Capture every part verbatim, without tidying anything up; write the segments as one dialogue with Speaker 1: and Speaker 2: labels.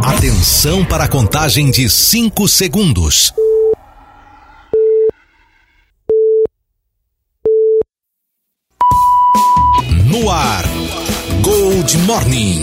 Speaker 1: Atenção para a contagem de cinco segundos. No ar, Gold Morning.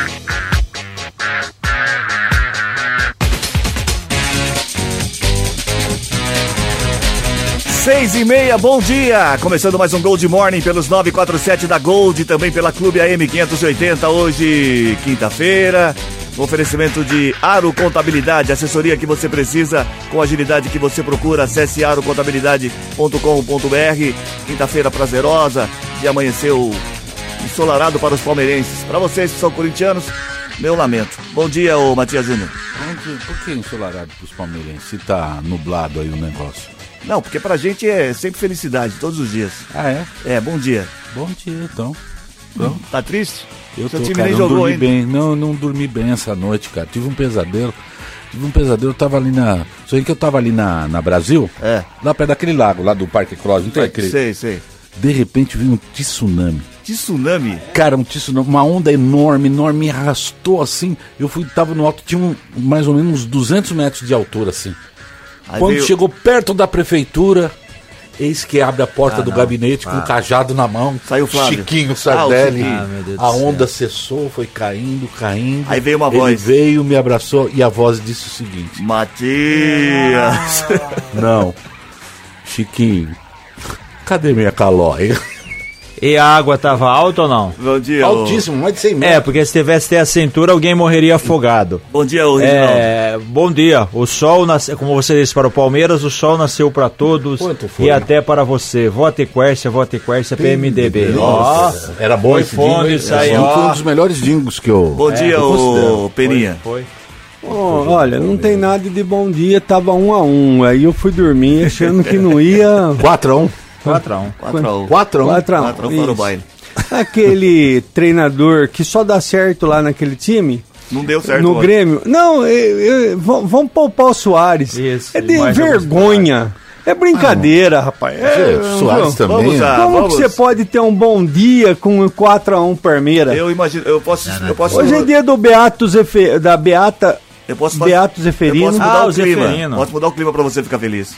Speaker 2: Seis e meia, bom dia! Começando mais um Gold Morning pelos nove quatro sete da Gold e também pela Clube A M quinhentos e oitenta, hoje, quinta-feira. Oferecimento de Aro Contabilidade, assessoria que você precisa, com a agilidade que você procura. Acesse aro contabilidade ponto com ponto b r. Quinta-feira prazerosa, de amanheceu ensolarado para os palmeirenses. Para vocês que são corintianos, meu lamento. Bom dia, ô Matias Júnior.
Speaker 3: Por que ensolarado para os palmeirenses, se tá nublado aí o negócio?
Speaker 2: Não, porque pra gente é sempre felicidade, todos os dias.
Speaker 3: Ah, é?
Speaker 2: É, bom dia.
Speaker 3: Bom dia, então. então.
Speaker 2: Tá triste?
Speaker 3: Eu
Speaker 2: Seu
Speaker 3: tô,
Speaker 2: time
Speaker 3: cara,
Speaker 2: nem
Speaker 3: não
Speaker 2: jogou
Speaker 3: dormi
Speaker 2: ainda.
Speaker 3: bem. Não, não dormi bem essa noite, cara. Tive um pesadelo. Tive um pesadelo, eu tava ali na... Só que eu tava ali na, na Brasil,
Speaker 2: É.
Speaker 3: lá perto daquele lago, lá do Parque Cross, não tem aquele...
Speaker 2: Sei, sei.
Speaker 3: De repente veio um tsunami.
Speaker 2: Tsunami?
Speaker 3: Cara, um tsunami, uma onda enorme, enorme, me arrastou assim. Eu fui, tava no alto, tinha um, mais ou menos uns duzentos metros de altura, assim.
Speaker 2: Aí
Speaker 3: Quando
Speaker 2: veio-
Speaker 3: chegou perto da prefeitura, eis que abre a porta
Speaker 2: Ah,
Speaker 3: do
Speaker 2: não.
Speaker 3: gabinete com
Speaker 2: Ah.
Speaker 3: um cajado na mão.
Speaker 2: Saiu o Flávio.
Speaker 3: Chiquinho Sardelli.
Speaker 2: Ah, o Chiquinho.
Speaker 4: Ah, meu Deus
Speaker 3: a
Speaker 4: do
Speaker 3: onda cessou, foi caindo, caindo.
Speaker 2: Aí veio uma
Speaker 3: Ele
Speaker 2: voz.
Speaker 3: veio, me abraçou e a voz disse o seguinte:
Speaker 2: Matias!
Speaker 3: Não, Chiquinho, cadê minha calói?
Speaker 4: E a água tava alta ou não?
Speaker 2: Bom dia, ô...
Speaker 3: Altíssimo, mais de cem
Speaker 4: É,
Speaker 3: metros.
Speaker 4: porque se tivesse até a cintura, alguém morreria afogado.
Speaker 2: Bom dia, ô Reginaldo.
Speaker 4: É, bom dia. O sol nasceu, como você disse para o Palmeiras, o sol nasceu para todos
Speaker 3: Quanto foi?
Speaker 4: e até para você. Vote Quércia, vote Quércia, P M D B. Ó,
Speaker 3: Nossa, era bom
Speaker 4: foi
Speaker 3: esse
Speaker 4: fundo
Speaker 3: jingle,
Speaker 4: isso
Speaker 3: hein?
Speaker 4: aí,
Speaker 3: Esse
Speaker 4: ó.
Speaker 3: foi um dos melhores jingles que eu...
Speaker 2: Bom dia,
Speaker 3: eu
Speaker 2: ô
Speaker 3: considero.
Speaker 2: Peninha.
Speaker 4: Foi.
Speaker 5: Oh, olha, não tem nada de bom dia, tava um a um. Aí eu fui dormir achando que não ia.
Speaker 3: quatro a um.
Speaker 4: quatro a um.
Speaker 2: quatro a um.
Speaker 3: quatro a um.
Speaker 5: quatro a um.
Speaker 2: quatro a um para o
Speaker 5: Isso.
Speaker 2: baile.
Speaker 5: Aquele treinador que só dá certo lá naquele time,
Speaker 2: Não deu certo
Speaker 5: no
Speaker 2: ontem.
Speaker 5: Grêmio. Não, eu- eu- vão vamos poupar o Soares.
Speaker 4: Isso,
Speaker 5: é de
Speaker 4: mais
Speaker 5: vergonha. É brincadeira, rapaz. É,
Speaker 3: Você, Soares
Speaker 5: viu?
Speaker 3: também.
Speaker 2: Vamos lá.
Speaker 5: Como
Speaker 2: vamos.
Speaker 5: que você pode ter um bom dia com quatro a um Palmeiras?
Speaker 2: Eu imagino, eu posso... Eu posso
Speaker 5: Hoje é dia do Beato Zefe, da Beata.
Speaker 2: eu posso fazer-
Speaker 5: Beato Zeferino.
Speaker 2: Eu posso mudar
Speaker 4: Ah,
Speaker 2: o
Speaker 4: o
Speaker 2: clima.
Speaker 4: Zeferino.
Speaker 2: Posso mudar o clima pra você ficar feliz.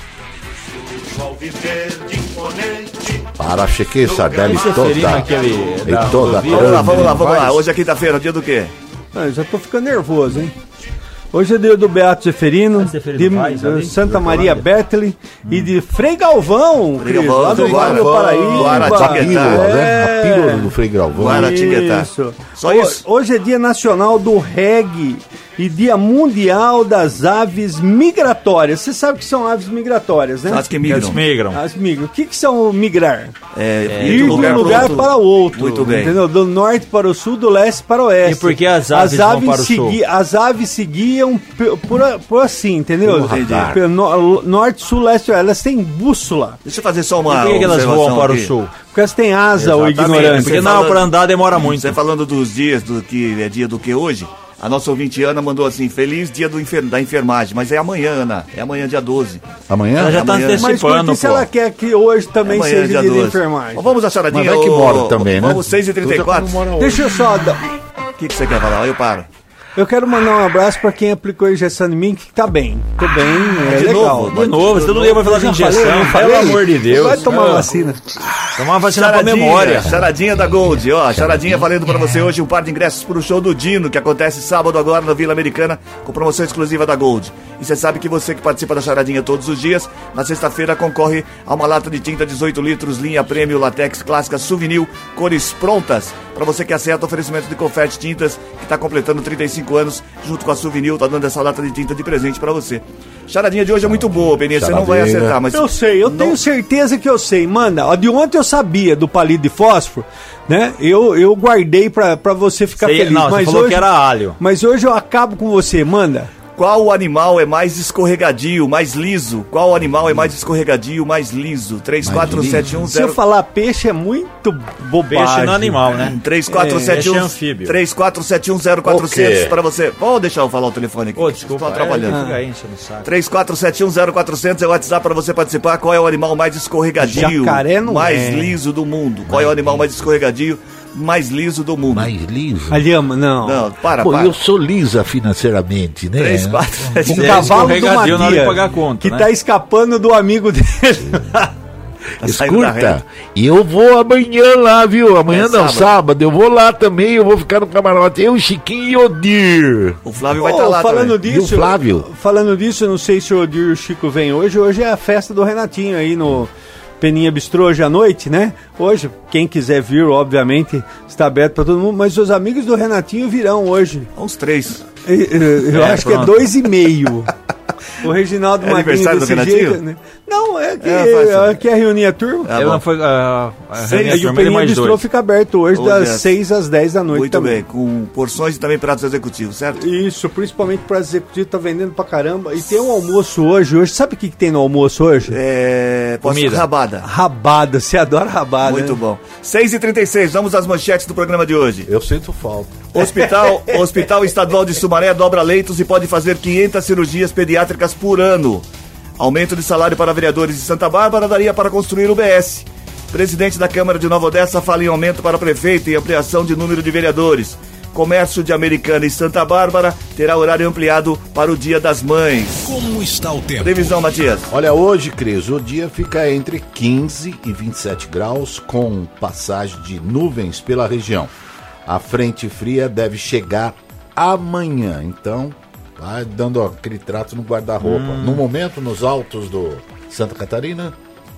Speaker 3: Para Cheque Sardelli
Speaker 4: Esse
Speaker 3: toda.
Speaker 4: Zeferino, aquele
Speaker 3: E
Speaker 4: da
Speaker 3: toda.
Speaker 4: rodovia.
Speaker 2: Vamos lá, vamos lá, vamos lá.
Speaker 3: Vai.
Speaker 2: Hoje é quinta-feira, dia do quê?
Speaker 5: Ah, já tô ficando nervoso, hein? Hoje é dia do Beato Zeferino,
Speaker 4: Ah, Zeferino
Speaker 5: de,
Speaker 4: Vaz,
Speaker 5: de
Speaker 4: ali?
Speaker 5: Santa Maria Berteli e de Frei Galvão,
Speaker 2: Frei
Speaker 5: Cris,
Speaker 2: Galvão,
Speaker 5: lá do
Speaker 2: Frei
Speaker 5: Vale do
Speaker 2: Galvão,
Speaker 5: Paraíba.
Speaker 2: Guaratinguetá.
Speaker 3: A pílula, né?
Speaker 5: É.
Speaker 3: A pílula do Frei Galvão.
Speaker 2: Guaratinguetá.
Speaker 5: Isso.
Speaker 2: Só
Speaker 5: Ho-
Speaker 2: isso?
Speaker 5: Hoje é dia nacional do reggae e dia mundial das aves migratórias. Você sabe que são aves migratórias, né?
Speaker 2: As que
Speaker 4: Eles
Speaker 2: migram.
Speaker 4: migram.
Speaker 5: As migram. O que, que são migrar?
Speaker 2: É,
Speaker 5: Ir de um lugar,
Speaker 2: pro outro.
Speaker 5: para o outro.
Speaker 2: Muito bem.
Speaker 5: Entendeu? Do norte para o sul, do leste para o oeste.
Speaker 4: E por que as aves vão para o sul?
Speaker 5: segui- As aves seguiam p- por, por assim, entendeu?
Speaker 2: Entendi.
Speaker 5: Pelo no- norte, sul, leste, elas têm bússola.
Speaker 2: Deixa eu fazer só
Speaker 4: E
Speaker 2: uma
Speaker 4: por que, que elas voam
Speaker 2: observação
Speaker 4: para
Speaker 2: aqui.
Speaker 4: o sul?
Speaker 5: Porque elas têm asa, o
Speaker 2: Exatamente.
Speaker 5: ignorante.
Speaker 4: Porque
Speaker 2: Você
Speaker 4: não,
Speaker 2: falando-
Speaker 4: para andar demora muito.
Speaker 2: Você falando dos dias do que é dia do que hoje, a nossa ouvinte Ana mandou assim: feliz dia do enfer- da enfermagem, mas é amanhã, Ana, é amanhã dia doze.
Speaker 3: Amanhã?
Speaker 4: Ela já tá
Speaker 2: Amanhã.
Speaker 5: Mas
Speaker 4: antecipando,
Speaker 5: porque se
Speaker 4: pô.
Speaker 5: ela quer que hoje
Speaker 2: É
Speaker 5: também
Speaker 2: amanhã
Speaker 5: seja
Speaker 2: dia
Speaker 5: dia de
Speaker 2: doze.
Speaker 5: enfermagem.
Speaker 2: Então vamos à charadinha.
Speaker 3: Mas vai que
Speaker 2: ô-
Speaker 3: mora também, né?
Speaker 2: Vamos seis e trinta e quatro. O
Speaker 5: Deixa eu só dar...
Speaker 2: que, que você quer falar? Eu paro.
Speaker 5: Eu quero mandar um abraço pra quem aplicou a injeção em mim, que tá bem. Tô bem, é
Speaker 2: de
Speaker 5: legal.
Speaker 2: novo,
Speaker 4: De novo, você todo dia vai falar de
Speaker 5: Já falei,
Speaker 4: injeção,
Speaker 5: não
Speaker 4: pelo
Speaker 5: falei?
Speaker 4: amor de Deus.
Speaker 5: Vai tomar
Speaker 4: Ah,
Speaker 5: vacina.
Speaker 4: Tomar uma vacina pra
Speaker 2: Charadinha,
Speaker 4: memória.
Speaker 2: charadinha da Gold, ó, charadinha valendo pra você hoje um par de ingressos pro show do Dino, que acontece sábado agora na Vila Americana, com promoção exclusiva da Gold. E você sabe que você que participa da charadinha todos os dias, na sexta-feira concorre a uma lata de tinta dezoito litros, linha Prêmio Latex Clássica Souvenir, cores prontas. Pra você que acerta, oferecimento de Confete Tintas, que tá completando trinta e cinco anos, junto com a Souvenir, tá dando essa lata de tinta de presente pra você. Charadinha de hoje é muito boa, Peninha, você não vai
Speaker 3: Charadeira.
Speaker 2: acertar, mas...
Speaker 5: Eu sei, eu
Speaker 2: não-
Speaker 5: tenho certeza que eu sei. Manda, ó, de ontem eu sabia do palito de fósforo, né? Eu, eu guardei pra, pra você ficar
Speaker 4: Você-
Speaker 5: feliz.
Speaker 4: não, você
Speaker 5: mas
Speaker 4: falou
Speaker 5: hoje,
Speaker 4: que era alho.
Speaker 5: Mas hoje eu acabo com você, manda.
Speaker 2: Qual animal é mais escorregadio, mais liso? Qual animal é mais escorregadio, mais liso? três quatro sete um
Speaker 5: Se eu
Speaker 2: zero
Speaker 5: falar peixe é muito bobagem.
Speaker 4: Peixe não é animal, né?
Speaker 2: três quatro sete um
Speaker 4: Peixe é anfíbio.
Speaker 2: três quatro sete um zero quatro zero zero
Speaker 3: O quê?
Speaker 2: para você. Vou deixar eu falar o telefone aqui.
Speaker 4: Ô, desculpa.
Speaker 2: Estou atrapalhando.
Speaker 4: É, fica aí enchendo o saco.
Speaker 2: três quatro sete um zero quatro zero zero é o WhatsApp para você participar. Qual é o animal mais escorregadio,
Speaker 5: Jacaré não
Speaker 2: mais
Speaker 5: é.
Speaker 2: liso do mundo? Qual é o animal mais escorregadio, mais liso do mundo.
Speaker 3: Mais liso?
Speaker 5: Ali, ama- não.
Speaker 2: Não, para,
Speaker 3: Pô,
Speaker 2: para.
Speaker 3: eu sou lisa financeiramente, né?
Speaker 2: três, quatro, sete,
Speaker 5: Um
Speaker 2: dez.
Speaker 5: cavalo do
Speaker 4: escorregadio na hora de
Speaker 5: Madia,
Speaker 4: pagar a conta,
Speaker 5: que
Speaker 4: né?
Speaker 5: tá escapando do amigo dele.
Speaker 2: Tá saindo da
Speaker 3: Escuta,
Speaker 2: reta.
Speaker 3: e eu vou amanhã lá, viu? Amanhã
Speaker 2: É
Speaker 3: não,
Speaker 2: sábado.
Speaker 3: sábado. Eu vou lá também, eu vou ficar no camarote. Eu, Chiquinho e Odir.
Speaker 2: O Flávio vai
Speaker 5: Ô,
Speaker 2: estar lá
Speaker 5: falando
Speaker 2: também.
Speaker 5: disso,
Speaker 3: E o Flávio?
Speaker 5: Falando disso, eu não sei se o Odir e o Chico vem hoje. Hoje é a festa do Renatinho aí no Peninha Bistrô hoje à noite, né? Hoje, quem quiser vir, obviamente, está aberto para todo mundo. Mas os amigos do Renatinho virão hoje.
Speaker 2: Uns três.
Speaker 5: Eu, eu
Speaker 4: É,
Speaker 5: acho que é
Speaker 4: pronto.
Speaker 5: dois e meio. O Reginaldo
Speaker 2: É
Speaker 5: Magrinho
Speaker 2: aniversário do
Speaker 5: desse
Speaker 2: Renatinho?
Speaker 5: jeito, né? Não, é que
Speaker 2: É, faz-
Speaker 5: é, que é reunir a turma.
Speaker 2: Tá
Speaker 4: Ele
Speaker 2: bom.
Speaker 4: não foi. A, a
Speaker 5: Sei,
Speaker 4: reunião
Speaker 5: e o
Speaker 4: turma, ele
Speaker 5: Peninha
Speaker 4: mais
Speaker 5: Bistrô
Speaker 4: dois.
Speaker 5: fica aberto hoje,
Speaker 2: Hoje
Speaker 5: das
Speaker 2: é-
Speaker 5: seis às dez da noite
Speaker 2: Muito
Speaker 5: também.
Speaker 2: bem, com porções e também pratos executivos, certo?
Speaker 5: Isso, principalmente para executivo, tá vendendo pra caramba. E tem um almoço hoje. Hoje, sabe o que, que tem no almoço hoje?
Speaker 2: É. Posso
Speaker 4: Comida.
Speaker 2: rabada.
Speaker 5: Rabada, você adora rabada.
Speaker 2: Muito
Speaker 5: né?
Speaker 2: bom. seis e trinta e seis, vamos às manchetes do programa de hoje.
Speaker 3: Eu sinto falta.
Speaker 2: Hospital, Hospital Estadual de Sumaré dobra leitos e pode fazer quinhentas cirurgias pediátricas por ano. Aumento de salário para vereadores de Santa Bárbara daria para construir o B S. Presidente da Câmara de Nova Odessa fala em aumento para prefeito e ampliação de número de vereadores. Comércio de Americana e Santa Bárbara terá horário ampliado para o Dia das Mães.
Speaker 1: Como está o tempo?
Speaker 2: Previsão, Matias.
Speaker 3: Olha, hoje, Cris, o dia fica entre quinze e vinte e sete graus, com passagem de nuvens pela região. A frente fria deve chegar amanhã, então vai dando aquele trato no guarda-roupa. No momento, nos altos do Santa Catarina,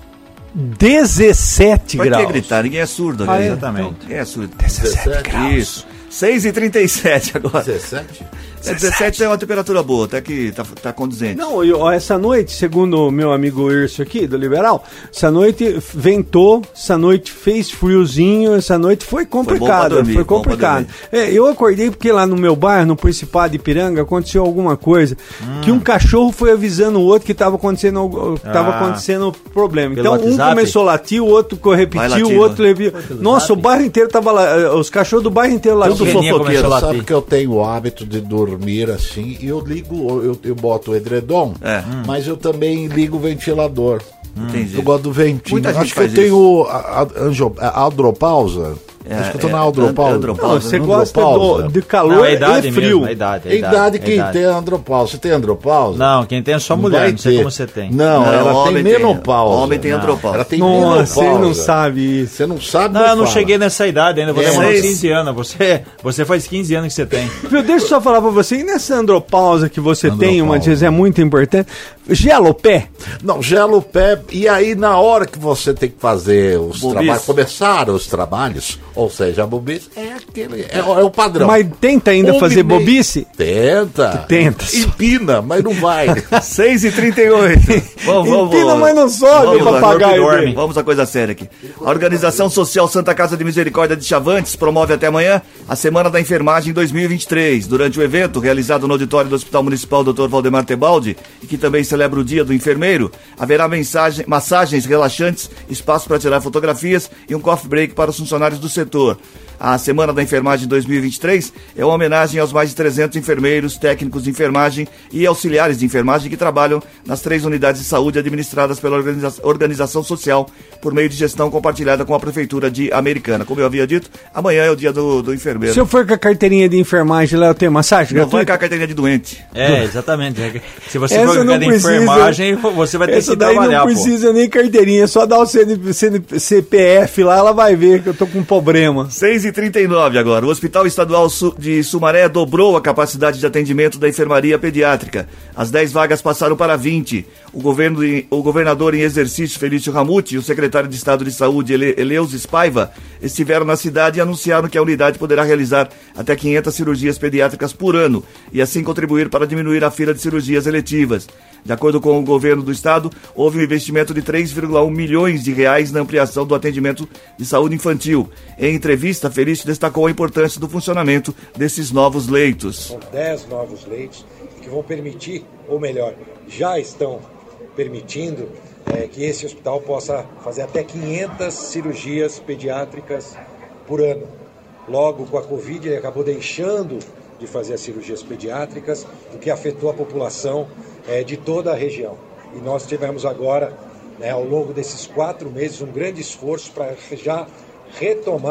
Speaker 5: dezessete
Speaker 2: Pra que
Speaker 5: graus.
Speaker 2: gritar? Ninguém é surdo
Speaker 5: Ah,
Speaker 2: aqui.
Speaker 5: é?
Speaker 4: Exatamente.
Speaker 2: Ninguém é surdo.
Speaker 3: dezessete.
Speaker 2: Isso. seis e trinta e sete agora.
Speaker 3: dezessete?
Speaker 2: É, dezessete é uma temperatura boa, até que tá, tá condizente.
Speaker 5: Não, eu- ó, essa noite, segundo o meu amigo Irso aqui, do Liberal, essa noite ventou, essa noite fez friozinho, essa noite foi complicado,
Speaker 2: dormir,
Speaker 5: foi
Speaker 2: bom pra
Speaker 5: complicado. É, eu acordei porque lá no meu bairro, no Principado de Ipiranga, aconteceu alguma coisa, que um cachorro foi avisando o outro que estava acontecendo, algo- que tava
Speaker 4: Ah.
Speaker 5: acontecendo problema.
Speaker 4: Pelo
Speaker 5: Então um
Speaker 4: WhatsApp?
Speaker 5: começou a latir, o outro co- repetiu,
Speaker 2: Vai latindo,
Speaker 5: o outro
Speaker 2: né?
Speaker 5: repetiu. Nossa, o bairro inteiro tava lá, eh, os cachorros do bairro inteiro
Speaker 3: Tudo
Speaker 5: latindo.
Speaker 4: Pequenininha
Speaker 3: fofoqueiro,
Speaker 4: começou a
Speaker 3: sabe
Speaker 4: latir.
Speaker 3: que eu tenho o hábito de dormir assim e eu ligo, eu, eu boto o edredom,
Speaker 2: É.
Speaker 3: mas eu também ligo o ventilador.
Speaker 2: Entendi.
Speaker 3: Eu gosto do ventinho.
Speaker 2: Muita gente
Speaker 3: Acho que eu
Speaker 2: faz
Speaker 3: tenho a, a, anjo- a andropausa.
Speaker 2: É,
Speaker 3: Acho que eu tô
Speaker 2: é,
Speaker 3: na andropausa.
Speaker 2: andropausa.
Speaker 5: Não, você
Speaker 3: Andropausa.
Speaker 5: gosta do, de calor
Speaker 4: Não, é a idade
Speaker 5: e frio.
Speaker 4: mesmo, é a idade.
Speaker 3: É idade quem
Speaker 4: é idade.
Speaker 3: tem andropausa. Você tem andropausa?
Speaker 4: Não, quem tem é só mulher,
Speaker 3: vai
Speaker 4: não sei
Speaker 3: ter.
Speaker 4: como você tem.
Speaker 3: Não,
Speaker 2: Não,
Speaker 3: ela
Speaker 2: homem
Speaker 3: tem
Speaker 2: tem.
Speaker 3: menopausa.
Speaker 2: Homem tem
Speaker 3: Não,
Speaker 2: andropausa.
Speaker 3: Ela tem
Speaker 5: Nossa, você
Speaker 3: menopausa.
Speaker 5: não sabe isso.
Speaker 3: Você não sabe.
Speaker 4: Não, eu não
Speaker 3: fala.
Speaker 4: cheguei nessa idade ainda, vou
Speaker 3: É,
Speaker 4: demorar uns
Speaker 2: seis.
Speaker 4: quinze anos. Você, você faz quinze anos que você tem.
Speaker 5: Viu, deixa eu só falar pra você, e nessa andropausa que você tem, uma
Speaker 3: Andropausa.
Speaker 5: diz, é muito importante, gela o pé.
Speaker 3: Não, gela o pé. E aí, na hora que você tem que fazer os
Speaker 2: Bobice.
Speaker 3: trabalhos, começar os trabalhos, ou seja, a bobice, é aquele. É, é o padrão.
Speaker 5: Mas tenta ainda
Speaker 3: Um
Speaker 5: fazer
Speaker 3: e meio.
Speaker 5: bobice?
Speaker 3: Tenta.
Speaker 5: Tenta.
Speaker 3: Empina, mas não vai.
Speaker 2: seis e trinta e oito. Vamos, vamos,
Speaker 5: Empina,
Speaker 2: vamos.
Speaker 5: mas não sobe,
Speaker 2: Vamos lá,
Speaker 5: papagaio
Speaker 2: dorme.
Speaker 5: dele.
Speaker 2: Vamos a coisa séria aqui. A Organização Social Santa Casa de Misericórdia de Chavantes promove até amanhã a Semana da Enfermagem dois mil e vinte e três. Durante o evento, realizado no auditório do Hospital Municipal doutor Valdemar Tebaldi, e que também celebra o Dia do Enfermeiro, haverá mensagem, massagens relaxantes, espaço para tirar fotografias e um coffee break para os funcionários do setor. A Semana da Enfermagem dois mil e vinte e três é uma homenagem aos mais de trezentos enfermeiros, técnicos de enfermagem e auxiliares de enfermagem que trabalham nas três unidades de saúde administradas pela organiza- organização social por meio de gestão compartilhada com a Prefeitura de Americana. Como eu havia dito, amanhã é o dia do, do enfermeiro.
Speaker 5: Se eu for com a carteirinha de enfermagem lá, eu tenho massagem
Speaker 2: Não vai
Speaker 5: gratuita?
Speaker 2: com a carteirinha de doente.
Speaker 4: É, exatamente. Se você
Speaker 5: Essa
Speaker 4: for
Speaker 5: não
Speaker 4: com a
Speaker 5: precisa.
Speaker 4: enfermagem, você vai ter
Speaker 5: Essa
Speaker 4: que
Speaker 5: daí
Speaker 4: trabalhar,
Speaker 5: não
Speaker 4: pô.
Speaker 5: precisa nem carteirinha, só dá o C N C N C P F lá, ela vai ver que eu tô com um problema.
Speaker 2: seis e trinta e nove agora. O Hospital Estadual Su- de Sumaré dobrou a capacidade de atendimento da enfermaria pediátrica. As dez vagas passaram para vinte. O, governo, em- o governador em exercício, Felício Ramute, e o secretário de Estado de Saúde, Ele, Eleus Spaiva, estiveram na cidade e anunciaram que a unidade poderá realizar até quinhentas cirurgias pediátricas por ano e assim contribuir para diminuir a fila de cirurgias eletivas. De acordo com o governo do estado, houve um investimento de três vírgula um milhões de reais na ampliação do atendimento de saúde infantil. Em entrevista, Felício destacou a importância do funcionamento desses novos leitos.
Speaker 6: São dez novos leitos que vão permitir, ou melhor, já estão permitindo eh, que esse hospital possa fazer até quinhentas cirurgias pediátricas por ano. Logo, com a Covid, ele acabou deixando de fazer as cirurgias pediátricas, o que afetou a população eh, de toda a região. E nós tivemos agora, né, ao longo desses quatro meses, um grande esforço para já retomar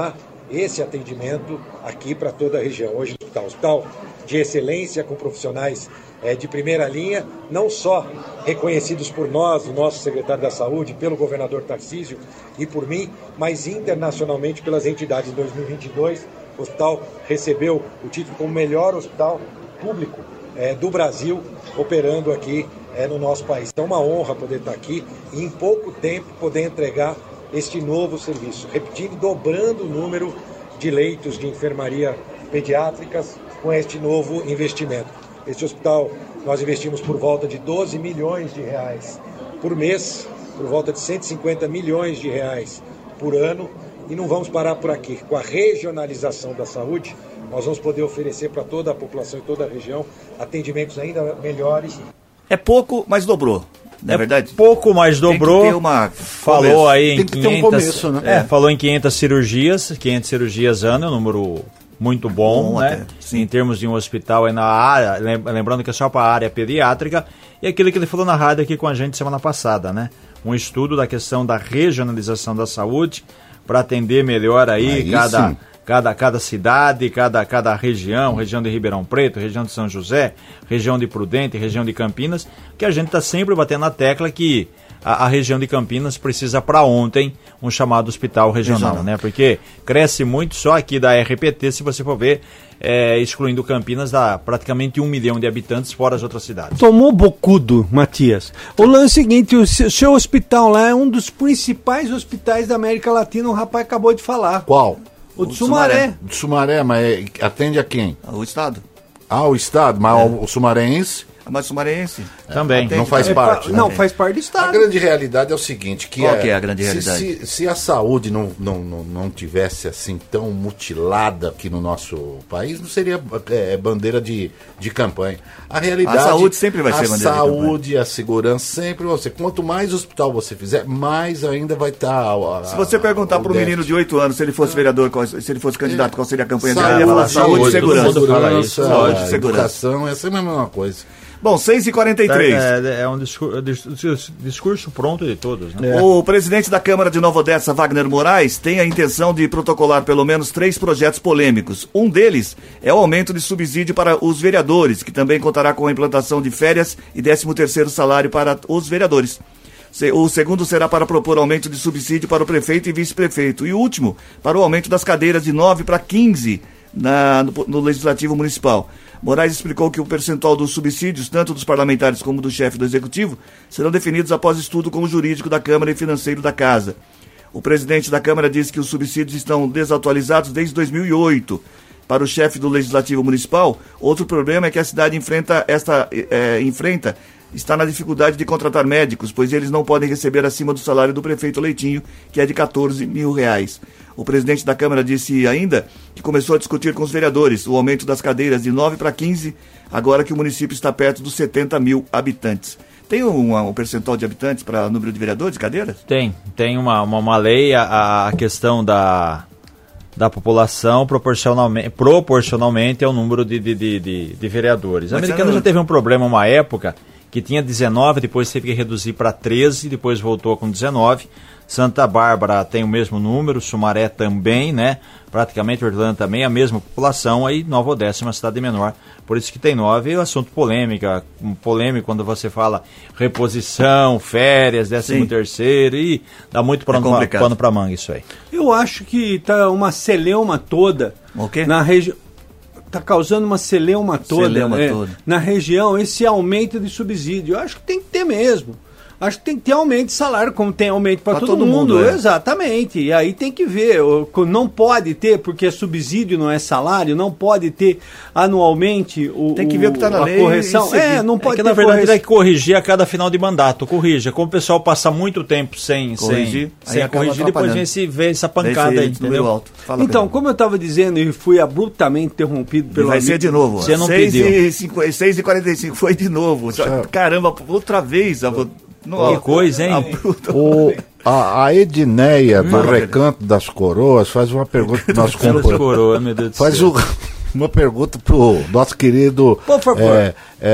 Speaker 6: esse atendimento aqui para toda a região. Hoje o hospital, hospital de excelência, com profissionais é, de primeira linha, não só reconhecidos por nós, o nosso secretário da Saúde, pelo governador Tarcísio e por mim, mas internacionalmente pelas entidades. Em dois mil e vinte e dois, o hospital recebeu o título como melhor hospital público é, do Brasil, operando aqui é, no nosso país. Então é uma honra poder estar aqui e em pouco tempo poder entregar este novo serviço, repetindo, dobrando o número de leitos de enfermaria pediátricas com este novo investimento. Este hospital nós investimos por volta de doze milhões de reais por mês, por volta de cento e cinquenta milhões de reais por ano, e não vamos parar por aqui. Com a regionalização da saúde, nós vamos poder oferecer para toda a população e toda a região atendimentos ainda melhores.
Speaker 2: É pouco, mas dobrou. Não é, é verdade?
Speaker 4: Pouco, mas dobrou.
Speaker 2: Tem que ter uma
Speaker 4: falou
Speaker 2: começo.
Speaker 4: aí em
Speaker 3: Tem que
Speaker 4: quinhentas,
Speaker 3: ter um começo, né?
Speaker 4: É,
Speaker 3: É.
Speaker 4: falou em quinhentas cirurgias, quinhentas cirurgias ano, é um número muito bom,
Speaker 2: Bom
Speaker 4: né?
Speaker 2: até, sim.
Speaker 4: Em termos de um hospital aí na área, lem- lembrando que é só para a área pediátrica, e aquilo que ele falou na rádio aqui com a gente semana passada, né? Um estudo da questão da regionalização da saúde para atender melhor aí,
Speaker 3: Aí
Speaker 4: cada
Speaker 3: sim.
Speaker 4: Cada, cada cidade, cada, cada região, região de Ribeirão Preto, região de São José, região de Prudente, região de Campinas, que a gente está sempre batendo na tecla que a, a região de Campinas precisa para ontem um chamado hospital regional,
Speaker 2: Regional.
Speaker 4: né? Porque cresce muito só aqui da R P T, se você for ver, é, excluindo Campinas, dá praticamente um milhão de habitantes fora as outras cidades.
Speaker 5: Tomou bocudo, Matias. O lance é o seguinte, o seu, seu hospital lá é um dos principais hospitais da América Latina, o rapaz acabou de falar.
Speaker 3: Qual?
Speaker 5: O de
Speaker 2: O
Speaker 5: Sumaré.
Speaker 2: Sumaré.
Speaker 3: De Sumaré, mas é- atende a quem?
Speaker 2: O Estado.
Speaker 3: Ah, o Estado, mas o, o sumarense
Speaker 2: Mas sumarense.
Speaker 4: Também.
Speaker 3: não faz
Speaker 5: É
Speaker 3: parte.
Speaker 5: pa-
Speaker 3: né?
Speaker 5: Não, faz parte do
Speaker 3: A
Speaker 5: Estado.
Speaker 3: grande realidade é o seguinte, que
Speaker 2: Qual
Speaker 3: é,
Speaker 2: que é a grande
Speaker 3: se-
Speaker 2: realidade?
Speaker 3: Se, se a saúde não, não, não, não tivesse assim tão mutilada aqui no nosso país, não seria é, bandeira de, de campanha. A realidade...
Speaker 2: A saúde sempre vai ser
Speaker 3: a
Speaker 2: bandeira de
Speaker 3: saúde, a segurança sempre você. Quanto mais hospital você fizer, mais ainda vai estar...
Speaker 2: Se você perguntar para um menino de oito anos se ele fosse vereador, qual- se ele fosse candidato, qual seria a campanha dele, ele ia falar saúde e
Speaker 4: todo
Speaker 2: segurança.
Speaker 4: mundo fala isso,
Speaker 3: segurança,
Speaker 2: lógico, segurança.
Speaker 3: educação, essa é a mesma coisa.
Speaker 2: Bom, seis e quarenta e três.
Speaker 4: É, é um discurso, discurso, discurso pronto de todos, né?
Speaker 2: O presidente da Câmara de Nova Odessa, Wagner Moraes, tem a intenção de protocolar pelo menos três projetos polêmicos. Um deles é o aumento de subsídio para os vereadores, que também contará com a implantação de férias e décimo terceiro salário para os vereadores. Se- O segundo será para propor aumento de subsídio para o prefeito e vice-prefeito. E o último, para o aumento das cadeiras de nove para quinze na, no, no Legislativo Municipal. Moraes explicou que o percentual dos subsídios, tanto dos parlamentares como do chefe do Executivo, serão definidos após estudo com o jurídico da Câmara e financeiro da Casa. O presidente da Câmara disse que os subsídios estão desatualizados desde dois mil e oito. Para o chefe do Legislativo Municipal, outro problema é que a cidade enfrenta esta eh, enfrenta está na dificuldade de contratar médicos, pois eles não podem receber acima do salário do prefeito Leitinho, que é de quatorze mil reais. O presidente da Câmara disse ainda que começou a discutir com os vereadores o aumento das cadeiras de nove para quinze, agora que o município está perto dos setenta mil habitantes. Tem um, um percentual de habitantes para o número de vereadores, de cadeiras?
Speaker 4: Tem, tem uma, uma, uma lei, a, a questão da, da população proporcionalmente, proporcionalmente ao número de, de, de, de, de vereadores. A
Speaker 2: Mas
Speaker 4: Americana
Speaker 2: não-
Speaker 4: já teve um problema uma época que tinha dezenove, depois teve que reduzir para treze, depois voltou com dezenove. Santa Bárbara tem o mesmo número, Sumaré também, né? Praticamente Hortolândia também, a mesma população, aí Nova Odessa é uma cidade menor, por isso que tem nove. E o assunto polêmica, um polêmico quando você fala reposição, férias, décimo
Speaker 2: Sim.
Speaker 4: terceiro, e dá muito pano, pra,
Speaker 2: complicado.
Speaker 4: pano pra manga isso aí.
Speaker 5: Eu acho que tá uma celeuma toda
Speaker 2: O quê?
Speaker 5: na região. Tá causando uma celeuma toda,
Speaker 2: Celeuma
Speaker 5: né,
Speaker 2: toda.
Speaker 5: na região, esse aumento de subsídio. Eu acho que tem que ter mesmo. Acho que tem que ter aumento de salário, como tem aumento para
Speaker 2: Pra
Speaker 5: todo,
Speaker 2: todo
Speaker 5: mundo.
Speaker 2: mundo, é.
Speaker 5: Exatamente. E aí tem que ver. o- Não pode ter, porque subsídio não é salário, não pode ter anualmente o,
Speaker 2: Tem que ver o que tá na
Speaker 5: a
Speaker 2: lei
Speaker 5: correção.
Speaker 2: e seguir.
Speaker 5: É, não
Speaker 4: É
Speaker 5: pode
Speaker 4: que
Speaker 5: ter
Speaker 4: na verdade
Speaker 5: correção.
Speaker 4: tem que corrigir a cada final de mandato, corrija. Como o pessoal passa muito tempo sem
Speaker 2: Corrigir,
Speaker 4: sem,
Speaker 2: aí
Speaker 4: sem
Speaker 2: acaba
Speaker 4: corrigir, depois
Speaker 2: atrapalhando.
Speaker 4: vem, esse, vem essa
Speaker 2: Daí
Speaker 4: pancada
Speaker 2: você
Speaker 4: aí,
Speaker 2: número
Speaker 4: entendeu?
Speaker 2: alto. Fala,
Speaker 5: Então,
Speaker 2: Pedro.
Speaker 5: como eu estava dizendo e fui abruptamente interrompido
Speaker 2: E
Speaker 5: pelo
Speaker 2: vai
Speaker 5: amigo-
Speaker 2: ser de novo.
Speaker 4: Você não
Speaker 2: seis
Speaker 4: pediu.
Speaker 2: e cinquenta, seis e quarenta e cinco foi de novo. Caramba, outra vez. A, no,
Speaker 4: Que coisa, hein?
Speaker 2: a bruta-
Speaker 3: O, a, a Edneia, do
Speaker 2: Fala,
Speaker 3: Recanto das Coroas, faz uma pergunta pro nosso
Speaker 4: Pelas
Speaker 3: companheiro.
Speaker 4: coroas, meu Deus do
Speaker 3: Faz
Speaker 4: céu.
Speaker 3: o- uma pergunta pro nosso querido
Speaker 5: Por favor.
Speaker 3: é,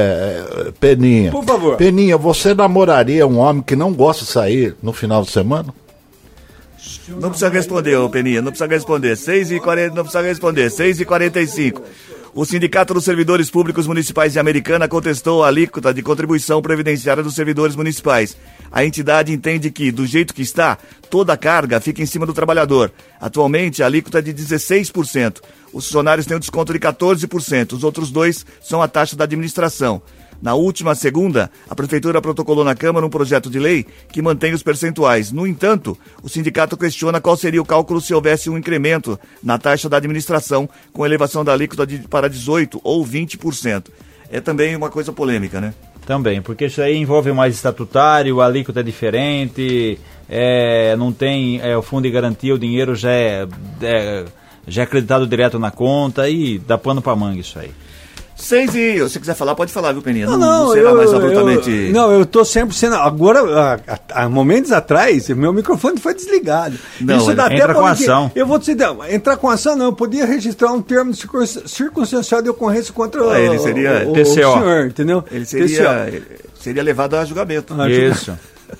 Speaker 3: é, Peninha.
Speaker 5: Por favor.
Speaker 3: Peninha, você namoraria um homem que não gosta de sair no final de semana?
Speaker 2: Não precisa responder, ô Peninha, não precisa responder. seis e quarenta, não precisa responder. seis e quarenta e cinco. O Sindicato dos Servidores Públicos Municipais de Americana contestou a alíquota de contribuição previdenciária dos servidores municipais. A entidade entende que, do jeito que está, toda a carga fica em cima do trabalhador. Atualmente, a alíquota é de dezesseis por cento. Os funcionários têm um desconto de quatorze por cento. Os outros dois são a taxa da administração. Na última segunda, a Prefeitura protocolou na Câmara um projeto de lei que mantém os percentuais. No entanto, o sindicato questiona qual seria o cálculo se houvesse um incremento na taxa da administração, com elevação da alíquota de, para dezoito por cento ou vinte por cento. É também uma coisa polêmica, né?
Speaker 4: Também, porque isso aí envolve mais estatutário, a alíquota é diferente, é, não tem é, o fundo de garantia, o dinheiro já é, é, já é acreditado direto na conta e dá pano pra manga isso aí.
Speaker 2: Seis e... Se você quiser falar, pode falar, viu, Peninha?
Speaker 5: Não,
Speaker 2: não,
Speaker 5: não,
Speaker 2: não será
Speaker 5: eu,
Speaker 2: mais abruptamente...
Speaker 5: Eu, não, eu tô sempre sendo... Agora, há, há momentos atrás, meu microfone foi desligado.
Speaker 2: Não,
Speaker 5: isso dá
Speaker 4: entra
Speaker 5: até
Speaker 4: com ação.
Speaker 5: Eu vou dizer, entrar com ação, não. Eu podia registrar um termo circunstancial de ocorrência contra
Speaker 2: ah, ele seria
Speaker 5: o, o,
Speaker 4: T C O.
Speaker 5: o senhor, entendeu?
Speaker 2: Ele seria, ele seria levado a julgamento.
Speaker 5: Ah,
Speaker 4: Isso.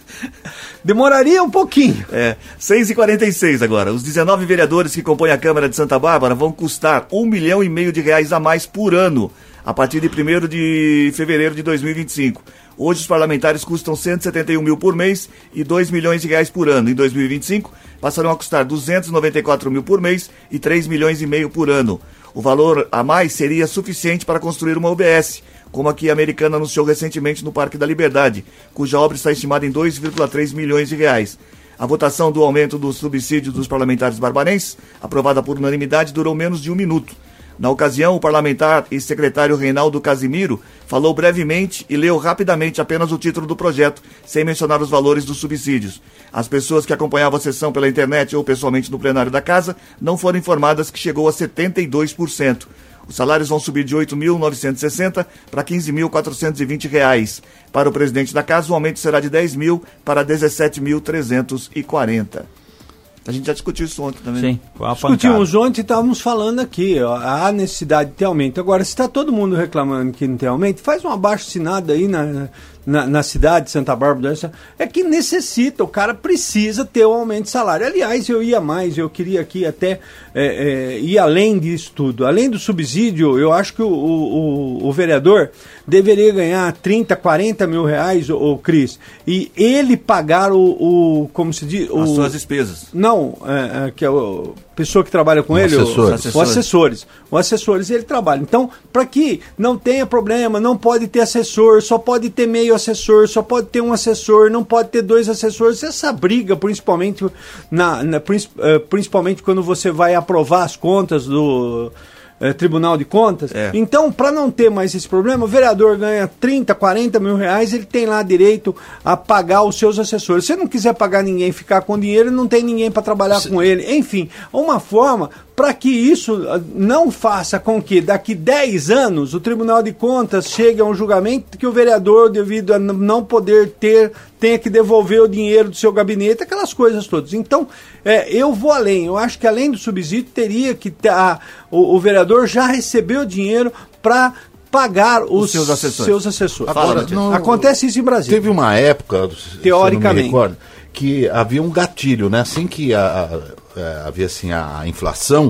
Speaker 5: Demoraria um pouquinho.
Speaker 2: É, seis e quarenta e seis agora. Os dezenove vereadores que compõem a Câmara de Santa Bárbara vão custar um milhão e meio de reais a mais por ano, a partir de primeiro de fevereiro de dois mil e vinte e cinco. Hoje os parlamentares custam cento e setenta e um mil por mês e dois milhões de reais por ano. Em dois mil e vinte e cinco passarão a custar duzentos e noventa e quatro mil por mês e três milhões e meio por ano. O valor a mais seria suficiente para construir uma U B S, como a que a Americana anunciou recentemente no Parque da Liberdade, cuja obra está estimada em dois vírgula três milhões de reais. A votação do aumento do subsídio dos parlamentares barbarenses, aprovada por unanimidade, durou menos de um minuto. Na ocasião, o parlamentar e secretário Reinaldo Casimiro falou brevemente e leu rapidamente apenas o título do projeto, sem mencionar os valores dos subsídios. As pessoas que acompanhavam a sessão pela internet ou pessoalmente no plenário da casa não foram informadas que chegou a setenta e dois por cento. Os salários vão subir de oito mil novecentos e sessenta para quinze mil quatrocentos e vinte reais. Para o presidente da casa, o aumento será de dez mil para dezessete mil trezentos e quarenta. A gente já discutiu isso ontem também.
Speaker 4: Sim, foi uma
Speaker 5: Discutimos ontem e estávamos falando aqui, ó, há necessidade de ter aumento. Agora, se está todo mundo reclamando que não tem aumento, faz um abaixo-assinado aí na, na, na cidade de Santa Bárbara. É que necessita, o cara precisa ter um aumento de salário. Aliás, eu ia mais, eu queria aqui até é, é, ir além disso tudo. Além do subsídio, eu acho que o, o, o vereador deveria ganhar trinta, quarenta mil reais, o, o Cris, e ele pagar o, o como se diz... O,
Speaker 2: as suas despesas.
Speaker 5: Não, é, é, que é o pessoa que trabalha com
Speaker 3: o
Speaker 5: ele,
Speaker 3: assessor.
Speaker 5: os assessores. Os assessores. Os assessores, ele trabalha. Então, para que não tenha problema, não pode ter assessor, só pode ter meio assessor, só pode ter um assessor, não pode ter dois assessores. Essa briga, principalmente, na, na, principalmente quando você vai aprovar as contas do... É, Tribunal de Contas.
Speaker 2: É.
Speaker 5: Então, para não ter mais esse problema, o vereador ganha trinta, quarenta mil reais, ele tem lá direito a pagar os seus assessores. Se ele não quiser pagar ninguém, ficar com dinheiro, não tem ninguém para trabalhar Se... com ele. Enfim, uma forma para que isso não faça com que daqui dez anos o Tribunal de Contas chegue a um julgamento que o vereador, devido a não poder ter, tenha que devolver o dinheiro do seu gabinete, aquelas coisas todas. Então, é, eu vou além. Eu acho que além do subsídio, teria que a, o, o vereador já recebeu o dinheiro para pagar os, os seus assessores. Seus assessores.
Speaker 3: Agora, não,
Speaker 5: acontece isso em Brasília.
Speaker 3: Teve uma época,
Speaker 5: teoricamente,
Speaker 3: recordo, que havia um gatilho, né? Assim que a, a, havia assim, a, a inflação,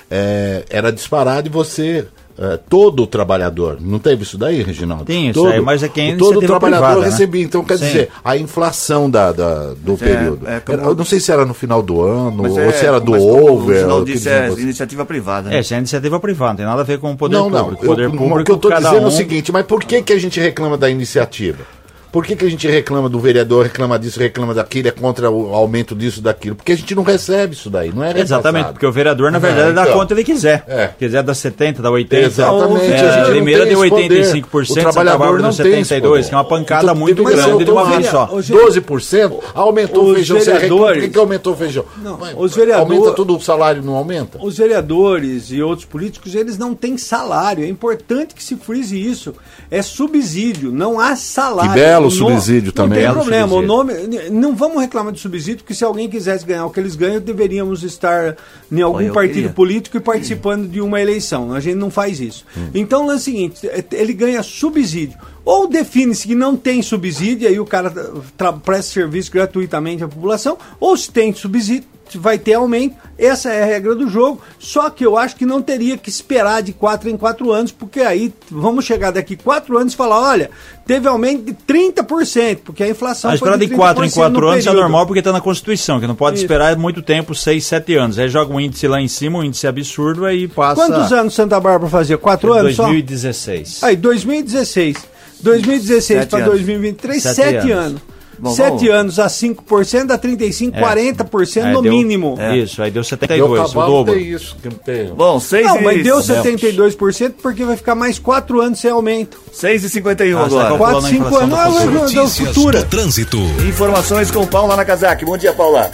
Speaker 3: é, era disparado e você... É, todo trabalhador, não teve isso daí, Reginaldo?
Speaker 4: Tem isso,
Speaker 3: todo,
Speaker 4: aí, mas é quem
Speaker 3: todo trabalhador
Speaker 4: privada,
Speaker 3: recebia, né? Então quer
Speaker 4: Sim.
Speaker 3: dizer, a inflação da, da, do
Speaker 2: é,
Speaker 3: período.
Speaker 2: É, como...
Speaker 3: era, eu não sei se era no final do ano,
Speaker 2: mas
Speaker 3: ou
Speaker 2: é,
Speaker 3: se era do
Speaker 2: mas
Speaker 3: over.
Speaker 2: Não disse, é iniciativa privada. Né?
Speaker 4: É, se é iniciativa privada, não tem nada a ver com o poder
Speaker 3: não,
Speaker 4: público.
Speaker 3: Não,
Speaker 4: poder
Speaker 3: eu,
Speaker 4: público,
Speaker 3: o que eu estou dizendo
Speaker 4: um...
Speaker 3: é o seguinte, mas por que, que a gente reclama da iniciativa? Por que, que a gente reclama do vereador, reclama disso, reclama daquilo, é contra o aumento disso, daquilo? Porque a gente não recebe isso daí, não é repassado.
Speaker 4: Exatamente, porque o vereador, na verdade,
Speaker 3: é, então,
Speaker 4: dá quanto ele quiser.
Speaker 3: É.
Speaker 4: Quiser dar setenta, dá oitenta.
Speaker 3: Exatamente.
Speaker 4: É, a Limeira deu oitenta e cinco por cento,
Speaker 3: o trabalhador não tem setenta e dois por cento,
Speaker 4: que é uma pancada
Speaker 3: então,
Speaker 4: muito
Speaker 3: mas
Speaker 4: grande de uma vez só.
Speaker 3: doze por cento, aumentou o feijão. Você reclama, por que, que aumentou o feijão?
Speaker 5: Não,
Speaker 3: mas,
Speaker 5: os vereadores,
Speaker 3: aumenta tudo, o salário não aumenta?
Speaker 5: Os vereadores e outros políticos, eles não têm salário. É importante que se frise isso. É subsídio, não há salário.
Speaker 3: Que belo
Speaker 5: no...
Speaker 3: subsídio também.
Speaker 5: Não tem
Speaker 3: é
Speaker 5: problema, o nome, não vamos reclamar de subsídio, porque se alguém quisesse ganhar o que eles ganham, deveríamos estar em algum
Speaker 2: Olha,
Speaker 5: partido
Speaker 2: queria.
Speaker 5: político e participando de uma eleição. A gente não faz isso. Hum. Então é o seguinte, ele ganha subsídio. Ou define-se que não tem subsídio, aí o cara presta serviço gratuitamente à população, ou se tem subsídio, vai ter aumento. Essa é a regra do jogo, só que eu acho que não teria que esperar de quatro em quatro anos, porque aí vamos chegar daqui quatro anos e falar, olha, teve aumento de trinta por cento, porque a inflação
Speaker 4: a
Speaker 5: foi de
Speaker 4: de quatro em quatro anos
Speaker 5: período.
Speaker 4: É normal porque está na Constituição, que não pode
Speaker 5: Isso.
Speaker 4: esperar muito tempo, seis, sete anos. Aí joga um índice lá em cima, um índice absurdo, aí passa...
Speaker 5: Quantos anos Santa Bárbara fazia? Quatro anos só?
Speaker 4: dois mil e dezesseis.
Speaker 5: Aí, dois mil e dezesseis. dois mil e dezesseis para dois mil e vinte e três,
Speaker 4: Sete
Speaker 5: sete
Speaker 4: anos.
Speaker 5: anos.
Speaker 2: Bom,
Speaker 5: sete
Speaker 2: vamos.
Speaker 5: anos a cinco por cento dá trinta e cinco,
Speaker 4: É.
Speaker 5: quarenta por cento
Speaker 4: Aí
Speaker 5: no
Speaker 4: deu-
Speaker 5: mínimo.
Speaker 4: É. Isso, aí deu setenta e
Speaker 3: Meu
Speaker 4: dois, o
Speaker 3: cavalo
Speaker 4: dobro.
Speaker 3: tem isso. Que não tem.
Speaker 2: Bom, seis
Speaker 5: Não, mas
Speaker 2: e...
Speaker 5: deu setenta e dois por cento porque vai ficar mais quatro anos sem aumento.
Speaker 2: seis e cinquenta e um
Speaker 4: Ah, você tá
Speaker 2: agora.
Speaker 4: calculando
Speaker 5: quatro,
Speaker 4: a
Speaker 5: cinco
Speaker 4: inflação
Speaker 5: anos.
Speaker 4: do
Speaker 5: Ah,
Speaker 4: futuro.
Speaker 5: mas da
Speaker 1: Notícias
Speaker 5: futura.
Speaker 1: do trânsito.
Speaker 2: Informações com Paula Nakazaki. Bom dia, Paula.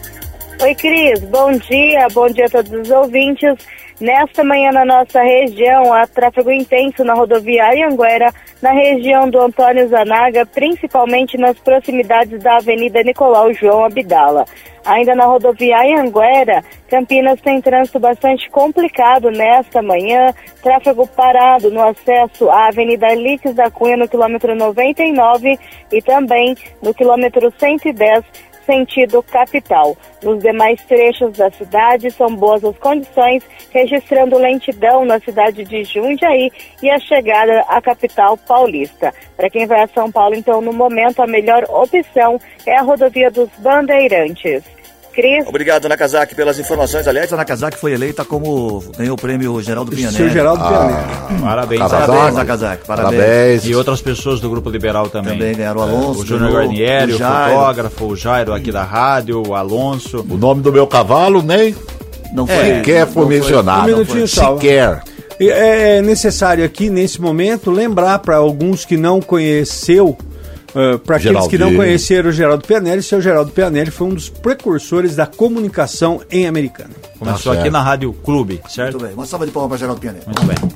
Speaker 7: Oi, Cris. Bom dia. Bom dia a todos os ouvintes. Nesta manhã na nossa região, há tráfego intenso na rodoviária Anguera, na região do Antônio Zanaga, principalmente nas proximidades da Avenida Nicolau João Abdala. Ainda na rodoviária Anguera, Campinas tem trânsito bastante complicado nesta manhã, tráfego parado no acesso à Avenida Líquios da Cunha no quilômetro noventa e nove e também no quilômetro cento e dez, sentido capital. Nos demais trechos da cidade são boas as condições, registrando lentidão na cidade de Jundiaí e a chegada à capital paulista. Para quem vai a São Paulo, então, no momento, a melhor opção é a rodovia dos Bandeirantes. Cris?
Speaker 2: Obrigado, Nakazaki, pelas informações. Aliás, a Nakazaki foi eleita como... ganhou o prêmio Geraldo
Speaker 5: Seu
Speaker 2: Pianelli.
Speaker 5: Geraldo
Speaker 3: Ah.
Speaker 5: Pianelli.
Speaker 4: Parabéns.
Speaker 3: Parabéns.
Speaker 2: Parabéns, Nakazaki. Parabéns.
Speaker 3: Parabéns.
Speaker 4: E outras pessoas do Grupo Liberal também.
Speaker 2: Também ganharam o Alonso.
Speaker 4: O Júnior
Speaker 2: ganhou
Speaker 4: Guarnieri, o,
Speaker 2: o Jairo.
Speaker 4: fotógrafo, o Jairo aqui da rádio, o Alonso.
Speaker 3: O nome do meu cavalo nem
Speaker 2: Não foi.
Speaker 3: sequer foi
Speaker 2: não
Speaker 3: mencionado.
Speaker 5: Um minutinho só.
Speaker 3: Sequer.
Speaker 5: E É necessário aqui, nesse momento, lembrar para alguns que não conheceu, uh, para aqueles que não
Speaker 3: Geraldinho.
Speaker 5: conheceram o Geraldo Pianelli, seu Geraldo Pianelli foi um dos precursores da comunicação em Americana.
Speaker 4: Começou
Speaker 3: Tá
Speaker 4: aqui
Speaker 3: certo.
Speaker 4: na Rádio Clube, certo?
Speaker 2: Muito bem. Uma salva de palmas para Geraldo Pianelli.
Speaker 4: Muito bem.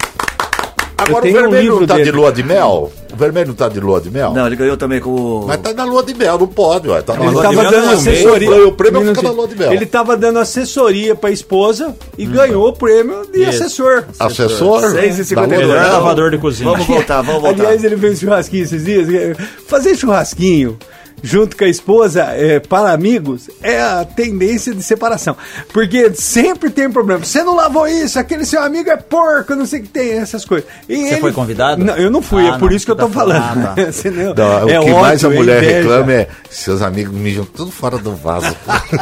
Speaker 3: Agora o
Speaker 5: tenho um
Speaker 3: vermelho
Speaker 5: livro
Speaker 3: não tá
Speaker 5: dele.
Speaker 3: de lua de mel? O vermelho não tá de lua de mel?
Speaker 2: Não, ele ganhou também com o...
Speaker 3: Mas tá na lua de mel, não pode, ué. Tá na
Speaker 5: Ele
Speaker 3: lua de
Speaker 5: estava
Speaker 3: mel.
Speaker 5: dando
Speaker 4: não,
Speaker 5: assessoria.
Speaker 3: meio- o prêmio
Speaker 5: Um
Speaker 3: fica na
Speaker 5: minutinho.
Speaker 3: lua de mel.
Speaker 5: Ele estava dando assessoria para a esposa e ganhou o prêmio de
Speaker 4: Isso.
Speaker 5: assessor.
Speaker 3: Assessor?
Speaker 2: seis e cinquenta e dois.
Speaker 3: Da lua de
Speaker 4: Melhor
Speaker 3: mel.
Speaker 4: lavador de cozinha.
Speaker 2: Vamos voltar, vamos voltar.
Speaker 5: Aliás, ele fez churrasquinho esses dias. Fazer churrasquinho junto com a esposa é, para amigos é a tendência de separação. Porque sempre tem problema. Você não lavou isso, aquele seu amigo é porco, não sei o que tem, essas coisas. E
Speaker 4: Você
Speaker 5: ele-
Speaker 4: foi convidado?
Speaker 5: Não, eu não fui,
Speaker 4: Ah,
Speaker 5: é por
Speaker 4: não,
Speaker 5: isso que eu
Speaker 4: você
Speaker 5: tô
Speaker 4: tá
Speaker 5: falando.
Speaker 4: falando. Ah, tá.
Speaker 5: Você não-
Speaker 3: Não,
Speaker 5: é
Speaker 3: o que mais a
Speaker 5: ódio, é
Speaker 3: mulher
Speaker 5: inveja.
Speaker 3: reclama é seus amigos mijam tudo fora do vaso.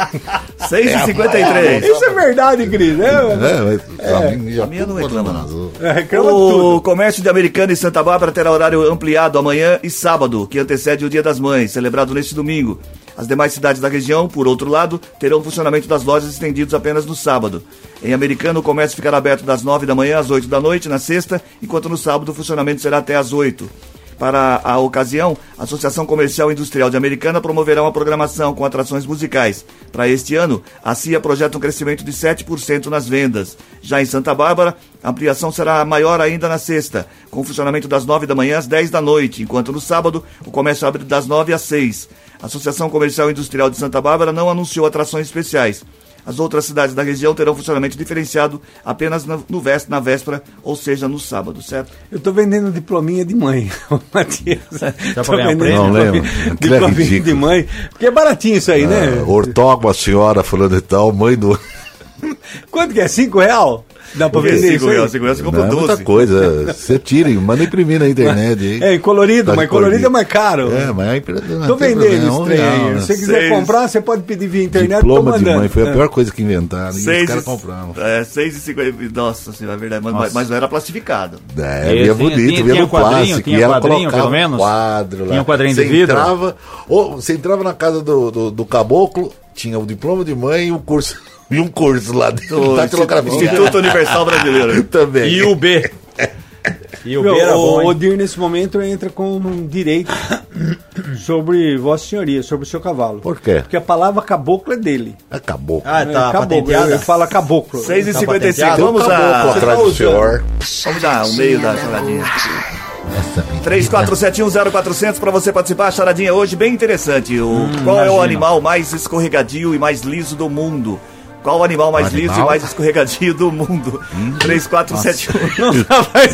Speaker 2: seis e cinquenta e três.
Speaker 5: Isso é verdade, Cris. É,
Speaker 3: É, mas os amigos mijam
Speaker 2: a minha
Speaker 3: tudo
Speaker 2: não
Speaker 3: fora do
Speaker 2: reclama,
Speaker 3: vaso.
Speaker 5: é, reclama
Speaker 2: O
Speaker 5: tudo.
Speaker 2: comércio de Americana e Santa Bárbara terá horário ampliado amanhã e sábado, que antecede o Dia das Mães, celebrado neste domingo. As demais cidades da região, por outro lado, terão funcionamento das lojas estendidos apenas no sábado. Em Americana, o comércio ficará aberto das nove da manhã às oito da noite na sexta, enquanto no sábado o funcionamento será até às oito. Para a ocasião, a Associação Comercial e Industrial de Americana promoverá uma programação com atrações musicais. Para este ano, a C I A projeta um crescimento de sete por cento nas vendas. Já em Santa Bárbara, a ampliação será maior ainda na sexta, com funcionamento das nove da manhã às dez da noite, enquanto no sábado o comércio abre das nove às seis. A Associação Comercial e Industrial de Santa Bárbara não anunciou atrações especiais. As outras cidades da região terão funcionamento diferenciado apenas no, no vés- na véspera, ou seja, no sábado, certo?
Speaker 5: Eu tô vendendo diplominha de mãe, Matias.
Speaker 4: pra
Speaker 5: Tô
Speaker 4: ganhar
Speaker 5: vendendo
Speaker 4: prêmio?
Speaker 3: Não
Speaker 5: diplominha-
Speaker 3: lembro. Aquilo é
Speaker 5: diplominha de
Speaker 3: ridículo.
Speaker 5: mãe. Porque é baratinho isso aí, né?
Speaker 3: Ortógama, senhora, falando e tal, mãe do...
Speaker 5: Quanto que é? Cinco real? Dá pra
Speaker 2: Porque
Speaker 5: vender
Speaker 2: cinco
Speaker 5: isso aí?
Speaker 2: reais, cinco reais você
Speaker 3: Não
Speaker 2: comprou
Speaker 3: é muita
Speaker 2: doze.
Speaker 3: coisa. Você tira e manda imprimir na internet. Aí.
Speaker 5: É, em colorido,
Speaker 3: Tá
Speaker 5: mas
Speaker 3: de
Speaker 5: colorido
Speaker 3: colorido.
Speaker 5: é mais caro.
Speaker 3: É, mas a empresa não
Speaker 5: Tô
Speaker 3: tem
Speaker 5: vendendo
Speaker 3: problema,
Speaker 5: esse
Speaker 3: um
Speaker 5: trem
Speaker 3: real,
Speaker 5: aí.
Speaker 3: né?
Speaker 5: Se você quiser
Speaker 2: Seis.
Speaker 5: comprar, você pode pedir via internet.
Speaker 3: Diploma
Speaker 5: tô
Speaker 3: de
Speaker 5: mandando.
Speaker 3: mãe foi a
Speaker 5: É.
Speaker 3: pior coisa que inventaram. E os
Speaker 2: Seis
Speaker 3: caras
Speaker 2: e-
Speaker 3: compraram.
Speaker 2: É, seis e cinquenta. Nossa senhora, é verdade. Mas, mas não era plastificado.
Speaker 3: É,
Speaker 4: E
Speaker 3: via
Speaker 4: tinha-
Speaker 3: bonito,
Speaker 4: tinha-
Speaker 3: via
Speaker 4: tinha
Speaker 3: no
Speaker 4: quadrinho,
Speaker 3: plástico.
Speaker 4: tinha
Speaker 3: E ela
Speaker 4: quadrinho,
Speaker 3: colocava
Speaker 4: pelo menos?
Speaker 3: quadro lá.
Speaker 4: Tinha um quadrinho de
Speaker 3: você
Speaker 4: vidro?
Speaker 3: Entrava, ou você entrava na casa do, do, do caboclo, tinha o diploma de mãe e o curso. E um curso lá dentro.
Speaker 2: Do
Speaker 3: datilografia.
Speaker 2: Instituto Universal Brasileiro.
Speaker 3: Também.
Speaker 4: E o B. E o
Speaker 5: Meu,
Speaker 4: B era bom,
Speaker 5: o
Speaker 4: hein?
Speaker 5: Odir, nesse momento, entra com um direito sobre Vossa Senhoria, sobre o seu cavalo.
Speaker 3: Por quê?
Speaker 5: Porque a palavra caboclo é dele.
Speaker 3: Acabou.
Speaker 4: Ah, tá
Speaker 5: é, caboclo,
Speaker 4: patenteada?
Speaker 5: ele fala caboclo.
Speaker 2: seis e
Speaker 4: Tá
Speaker 2: cinquenta e cinco.
Speaker 4: patenteado?
Speaker 2: Vamos
Speaker 3: Caboclo
Speaker 2: a.
Speaker 3: atrás
Speaker 5: tá
Speaker 3: do
Speaker 5: usando.
Speaker 3: senhor.
Speaker 2: Vamos dar o meio da charadinha. três quatro sete um zero quatrocentos para você participar. A charadinha hoje bem interessante. O, qual é o animal mais escorregadio e mais liso do mundo? Qual o animal mais
Speaker 3: O animal?
Speaker 2: liso e mais escorregadio do mundo?
Speaker 3: Hum,
Speaker 2: três quatro sete um.
Speaker 5: Não dá mais.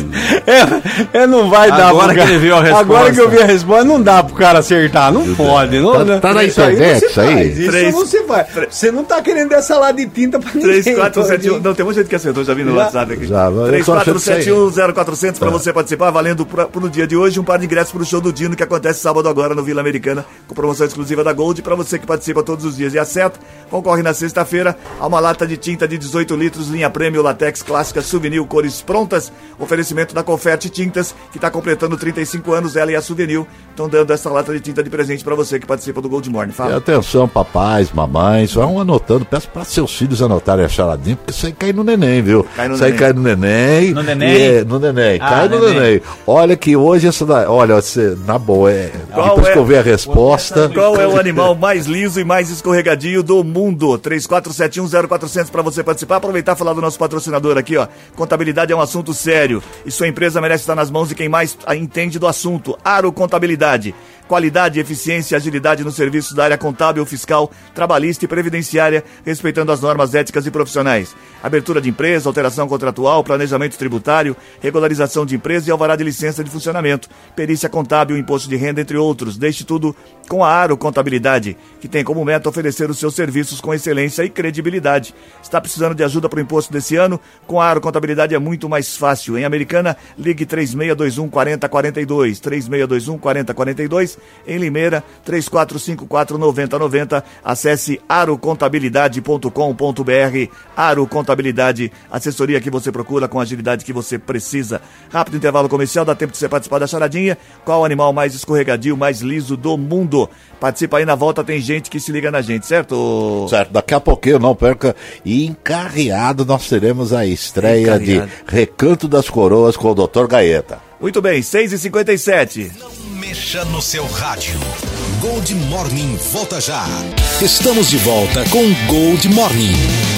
Speaker 5: É, é, não vai dar
Speaker 4: Agora
Speaker 5: pro
Speaker 4: que
Speaker 5: cara-
Speaker 4: ele viu a resposta.
Speaker 5: Agora que eu vi a resposta, não dá pro cara acertar. Não pode. Não,
Speaker 3: Tá-
Speaker 5: não-
Speaker 3: tá na
Speaker 5: isso aí
Speaker 3: internet,
Speaker 5: você
Speaker 3: isso aí?
Speaker 5: faz, Isso
Speaker 2: Três-
Speaker 5: você vai. Você não tá querendo essa lá de tinta pra ninguém.
Speaker 2: três quatro sete um.
Speaker 5: Tony.
Speaker 2: Não, tem muita gente que acertou, já vi no
Speaker 5: Já?
Speaker 2: WhatsApp aqui.
Speaker 3: Já, eu
Speaker 2: três
Speaker 3: tô
Speaker 2: quatro
Speaker 3: achando
Speaker 2: sete
Speaker 3: isso
Speaker 2: um zero quatrocentos para você participar, valendo pra, pro dia de hoje um par de ingressos pro show do Dino que acontece sábado agora no Vila Americana, com promoção exclusiva da Gold. Para você que participa todos os dias e acerta, concorre na sexta-feira a uma lata de tinta de dezoito litros, linha Prêmio Latex Clássica Souvenir, cores prontas. Oferecimento da Confete Tintas, que está completando trinta e cinco anos, ela e a Souvenir estão dando essa lata de tinta de presente para você que participa do Gold Morning.
Speaker 3: E
Speaker 2: Fala.
Speaker 3: atenção, papais, mamães, vão anotando, peço para seus filhos anotarem a charadinha, porque isso aí cai no neném, viu?
Speaker 2: Cai no
Speaker 3: isso aí
Speaker 2: neném.
Speaker 3: cai no neném.
Speaker 4: No neném?
Speaker 3: e É, no neném,
Speaker 4: Ah,
Speaker 3: cai no
Speaker 4: neném.
Speaker 3: neném. Olha que hoje essa da, olha, você, na boa, é,
Speaker 2: Qual
Speaker 3: depois
Speaker 2: é-
Speaker 3: que eu ver a resposta,
Speaker 2: Qual é o animal mais liso e mais escorregadio do mundo? três quatro sete um zero quatrocentos para você participar. Aproveitar e falar do nosso patrocinador aqui, ó. Contabilidade é um assunto sério e sua empresa merece estar nas mãos de quem mais a entende do assunto. Aro Contabilidade. Qualidade, eficiência e agilidade nos serviços da área contábil, fiscal, trabalhista e previdenciária, respeitando as normas éticas e profissionais. Abertura de empresa, alteração contratual, planejamento tributário, regularização de empresa e alvará de licença de funcionamento, perícia contábil, imposto de renda, entre outros. Deixe tudo com a Aro Contabilidade, que tem como meta oferecer os seus serviços com excelência e credibilidade. Está precisando de ajuda para o imposto desse ano? Com a Aro Contabilidade é muito mais fácil. Em Americana, ligue três seis dois um quatro zero quatro dois, três seis dois um quatro zero quatro dois. Em Limeira, três quatro cinco quatro nove zero nove zero. Acesse aro contabilidade ponto com ponto b r. Aro Contabilidade, assessoria que você procura com a agilidade que você precisa. Rápido intervalo comercial, dá tempo de você participar da charadinha. Qual o animal mais escorregadio, mais liso do mundo? Participa aí, na volta tem gente que se liga na gente, certo?
Speaker 3: certo, daqui a pouquinho, não perca, e encarreado nós teremos a estreia
Speaker 2: Encarreado.
Speaker 3: de Recanto das Coroas com o doutor Gaeta.
Speaker 2: Muito bem, seis e cinquenta e sete.
Speaker 1: Não mexa no seu rádio. Gold Morning volta já. Estamos de volta com Gold Morning.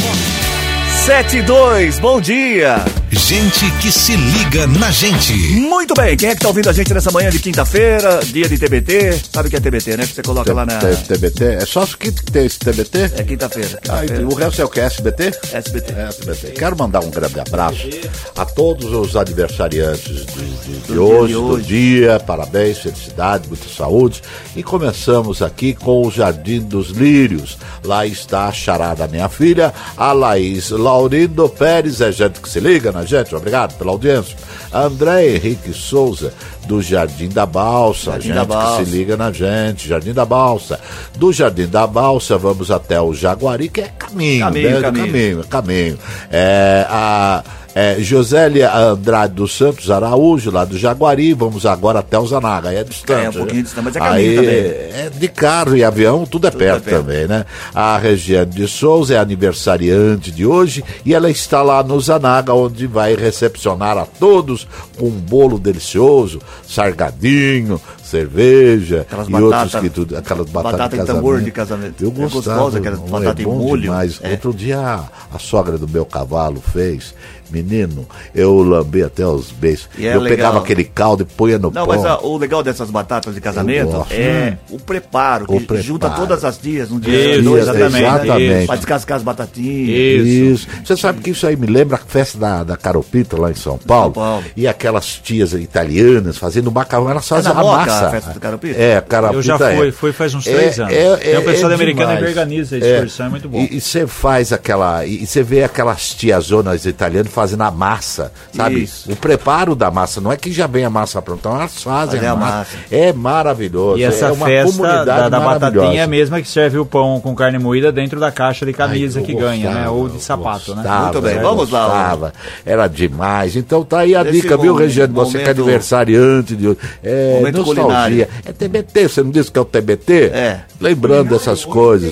Speaker 2: sete e dois, bom dia.
Speaker 1: Gente que se liga na gente.
Speaker 2: Muito bem, quem é que tá ouvindo a gente nessa manhã de quinta-feira, dia de T B T? Sabe o que é T B T, né? Que você coloca lá na...
Speaker 3: T B T? É só o que tem esse T B T?
Speaker 2: É quinta-feira.
Speaker 3: Ah,
Speaker 2: quinta-feira.
Speaker 3: e o resto é o que? S B T?
Speaker 2: S B T.
Speaker 3: É, S B T. Quero mandar um grande abraço a todos os aniversariantes de, de- de
Speaker 2: dia
Speaker 3: hoje,
Speaker 2: de
Speaker 3: do
Speaker 2: hoje.
Speaker 3: dia. Parabéns, felicidade, muita saúde. E começamos aqui com o Jardim dos Lírios. Lá está a charada da minha filha, a Laís Laurindo Pérez. É gente que se liga na gente. Obrigado pela audiência. André Henrique Souza, do Jardim da Balsa.
Speaker 2: Jardim
Speaker 3: gente
Speaker 2: da Balsa.
Speaker 3: que se liga na gente. Jardim da Balsa. Do Jardim da Balsa, vamos até o Jaguari, que é caminho,
Speaker 2: Caminho,
Speaker 3: né?
Speaker 2: caminho.
Speaker 3: caminho, caminho. É, a é, Josélia Andrade dos Santos Araújo, lá do Jaguari, vamos agora até o Zanaga, aí é distante.
Speaker 2: É, um pouquinho
Speaker 3: né?
Speaker 2: distante, mas é caminho
Speaker 3: Aí,
Speaker 2: também.
Speaker 3: É de carro e avião, tudo é
Speaker 2: Tudo é
Speaker 3: perto
Speaker 2: perto.
Speaker 3: também, né? A Regiane de Souza é aniversariante de hoje e ela está lá no Zanaga, onde vai recepcionar a todos com um bolo delicioso, sargadinho, cerveja
Speaker 2: Aquelas
Speaker 3: e
Speaker 2: batata-
Speaker 3: outros que tudo, aquelas batatas
Speaker 2: batata em tambor de casamento.
Speaker 3: Eu
Speaker 2: É
Speaker 3: gostava,
Speaker 2: gostosa aquela
Speaker 3: não,
Speaker 2: batata
Speaker 3: é
Speaker 2: em
Speaker 3: bom
Speaker 2: molho.
Speaker 3: demais.
Speaker 2: É.
Speaker 3: Outro dia a, a sogra do meu cavalo fez, menino, eu lambei até os beijos.
Speaker 2: E é
Speaker 3: eu
Speaker 2: legal.
Speaker 3: pegava aquele caldo e punha no
Speaker 2: Não,
Speaker 3: pão.
Speaker 2: mas a- o legal dessas batatas de casamento
Speaker 3: gosto.
Speaker 2: é o preparo, que
Speaker 3: O preparo.
Speaker 2: junta todas as dias num dia.
Speaker 4: Isso,
Speaker 2: dois,
Speaker 4: exatamente,
Speaker 2: né?
Speaker 3: exatamente.
Speaker 2: Pra descascar as batatinhas.
Speaker 4: Isso.
Speaker 3: Você sabe que isso aí me lembra a festa da, da Caropita lá em São Paulo,
Speaker 2: Paulo.
Speaker 3: E aquelas tias italianas fazendo macarrão, elas fazem
Speaker 2: na
Speaker 3: a
Speaker 2: Moca
Speaker 3: massa.
Speaker 2: a festa do Caropita?
Speaker 3: É, a Caropita
Speaker 4: Eu já
Speaker 3: é.
Speaker 4: fui, fui faz uns
Speaker 3: É,
Speaker 4: três anos.
Speaker 3: é,
Speaker 4: Tem o
Speaker 3: é,
Speaker 4: pessoal
Speaker 3: é
Speaker 4: da Americana
Speaker 3: demais.
Speaker 4: que organiza a excursão, é, muito bom.
Speaker 3: E você faz aquela. E você vê aquelas tiazonas italianas fazendo a massa, sabe?
Speaker 2: Isso.
Speaker 3: O preparo da massa, não é que já vem a massa pronta, elas fazem
Speaker 2: Fazer
Speaker 3: a
Speaker 2: a
Speaker 3: massa.
Speaker 2: massa.
Speaker 3: É maravilhoso.
Speaker 4: E essa
Speaker 3: é uma
Speaker 4: festa
Speaker 3: comunidade
Speaker 4: da, da
Speaker 3: maravilhosa.
Speaker 4: batatinha é a mesma que serve o pão com carne moída dentro da caixa de camisa
Speaker 3: Ai, eu
Speaker 4: que ganha, né?
Speaker 3: gostava,
Speaker 4: Ou de sapato, né?
Speaker 3: gostava,
Speaker 2: Muito bem,
Speaker 3: eu
Speaker 2: vamos lá,
Speaker 3: gostava. Era demais. Então tá aí a
Speaker 2: Nesse
Speaker 3: dica, viu,
Speaker 2: mo-
Speaker 3: Regiane? Você que é
Speaker 2: momento-
Speaker 3: aniversariante de hoje. É,
Speaker 2: Momento
Speaker 3: nostalgia.
Speaker 2: culinário.
Speaker 3: É T B T, você não disse que é o T B T?
Speaker 2: É.
Speaker 3: Lembrando dessas coisas.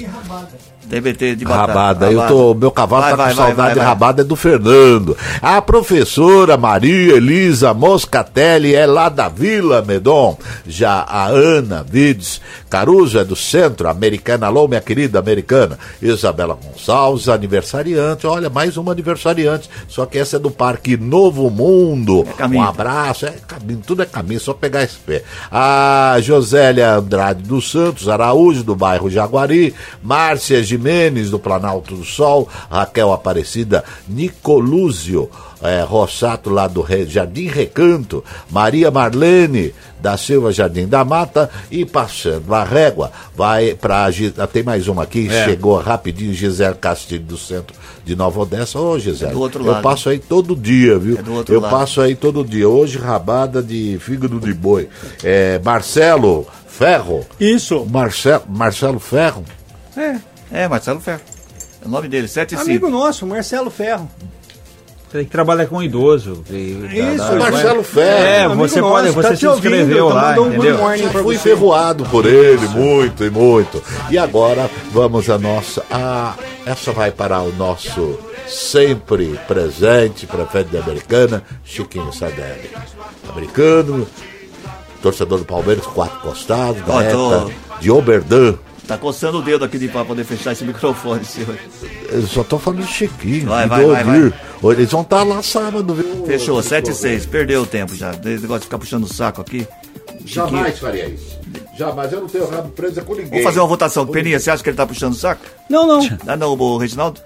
Speaker 2: T B T de batata.
Speaker 3: Rabada, eu tô, meu cavalo
Speaker 2: Vai,
Speaker 3: tá
Speaker 2: vai,
Speaker 3: com
Speaker 2: vai,
Speaker 3: saudade
Speaker 2: vai,
Speaker 3: de
Speaker 2: vai.
Speaker 3: rabada é do Fernando. A professora Maria Elisa Moscatelli é lá da Vila Medon. Já a Ana Vides Caruso é do Centro Americana. Alô, minha querida americana. Isabela Gonçalves, aniversariante. Olha, mais uma aniversariante. Só que essa é do Parque Novo Mundo.
Speaker 2: É caminho.
Speaker 3: Um abraço, é caminho, tudo é caminho, só pegar esse pé. A Josélia Andrade dos Santos Araújo, do bairro Jaguari. Márcia Gil Ximenes, do Planalto do Sol, Raquel Aparecida Nicolúzio, é, Rossato, lá do Re, Jardim Recanto, Maria Marlene da Silva, Jardim da Mata, e passando a régua, vai para, tem mais uma aqui, é. chegou rapidinho, Gisele Castilho, do centro de Nova Odessa. Ô, Gisele, é do outro lado. Eu passo aí todo dia, viu? É do outro eu lado. passo aí todo dia, hoje rabada de fígado de boi. É, Marcelo Ferro.
Speaker 5: Isso.
Speaker 3: Marcelo, Marcelo Ferro.
Speaker 2: É. É, Marcelo Ferro. É o nome dele, sete e cinco.
Speaker 5: Amigo nosso, Marcelo Ferro.
Speaker 4: Você que trabalha com idoso.
Speaker 3: Isso, da, da, Marcelo Ferro.
Speaker 4: É, você nosso, pode, você tá se inscreveu lá, tá entendeu?
Speaker 3: Um fui ferroado por ele, muito e muito. E agora vamos a nossa... A, essa vai para o nosso sempre presente para a Fede Americana, Chiquinho Sardelli. Americano, torcedor do Palmeiras, quatro costados, da Eta, de Oberdan.
Speaker 2: Tá coçando o dedo aqui de pra poder fechar esse microfone, senhor.
Speaker 3: Eu só tô falando de Chiquinho.
Speaker 2: Vai, vai, vai, vai.
Speaker 3: Eles vão estar tá lá sábado, viu?
Speaker 2: Fechou, sete e seis, perdeu o tempo já. Esse negócio de ficar puxando o saco aqui.
Speaker 3: Jamais faria isso. Jamais, eu não tenho rabo preso com ninguém.
Speaker 2: Vamos fazer uma votação. Peninha, você acha que ele tá puxando o saco?
Speaker 5: Não, não.
Speaker 2: Ah, não, o Reginaldo?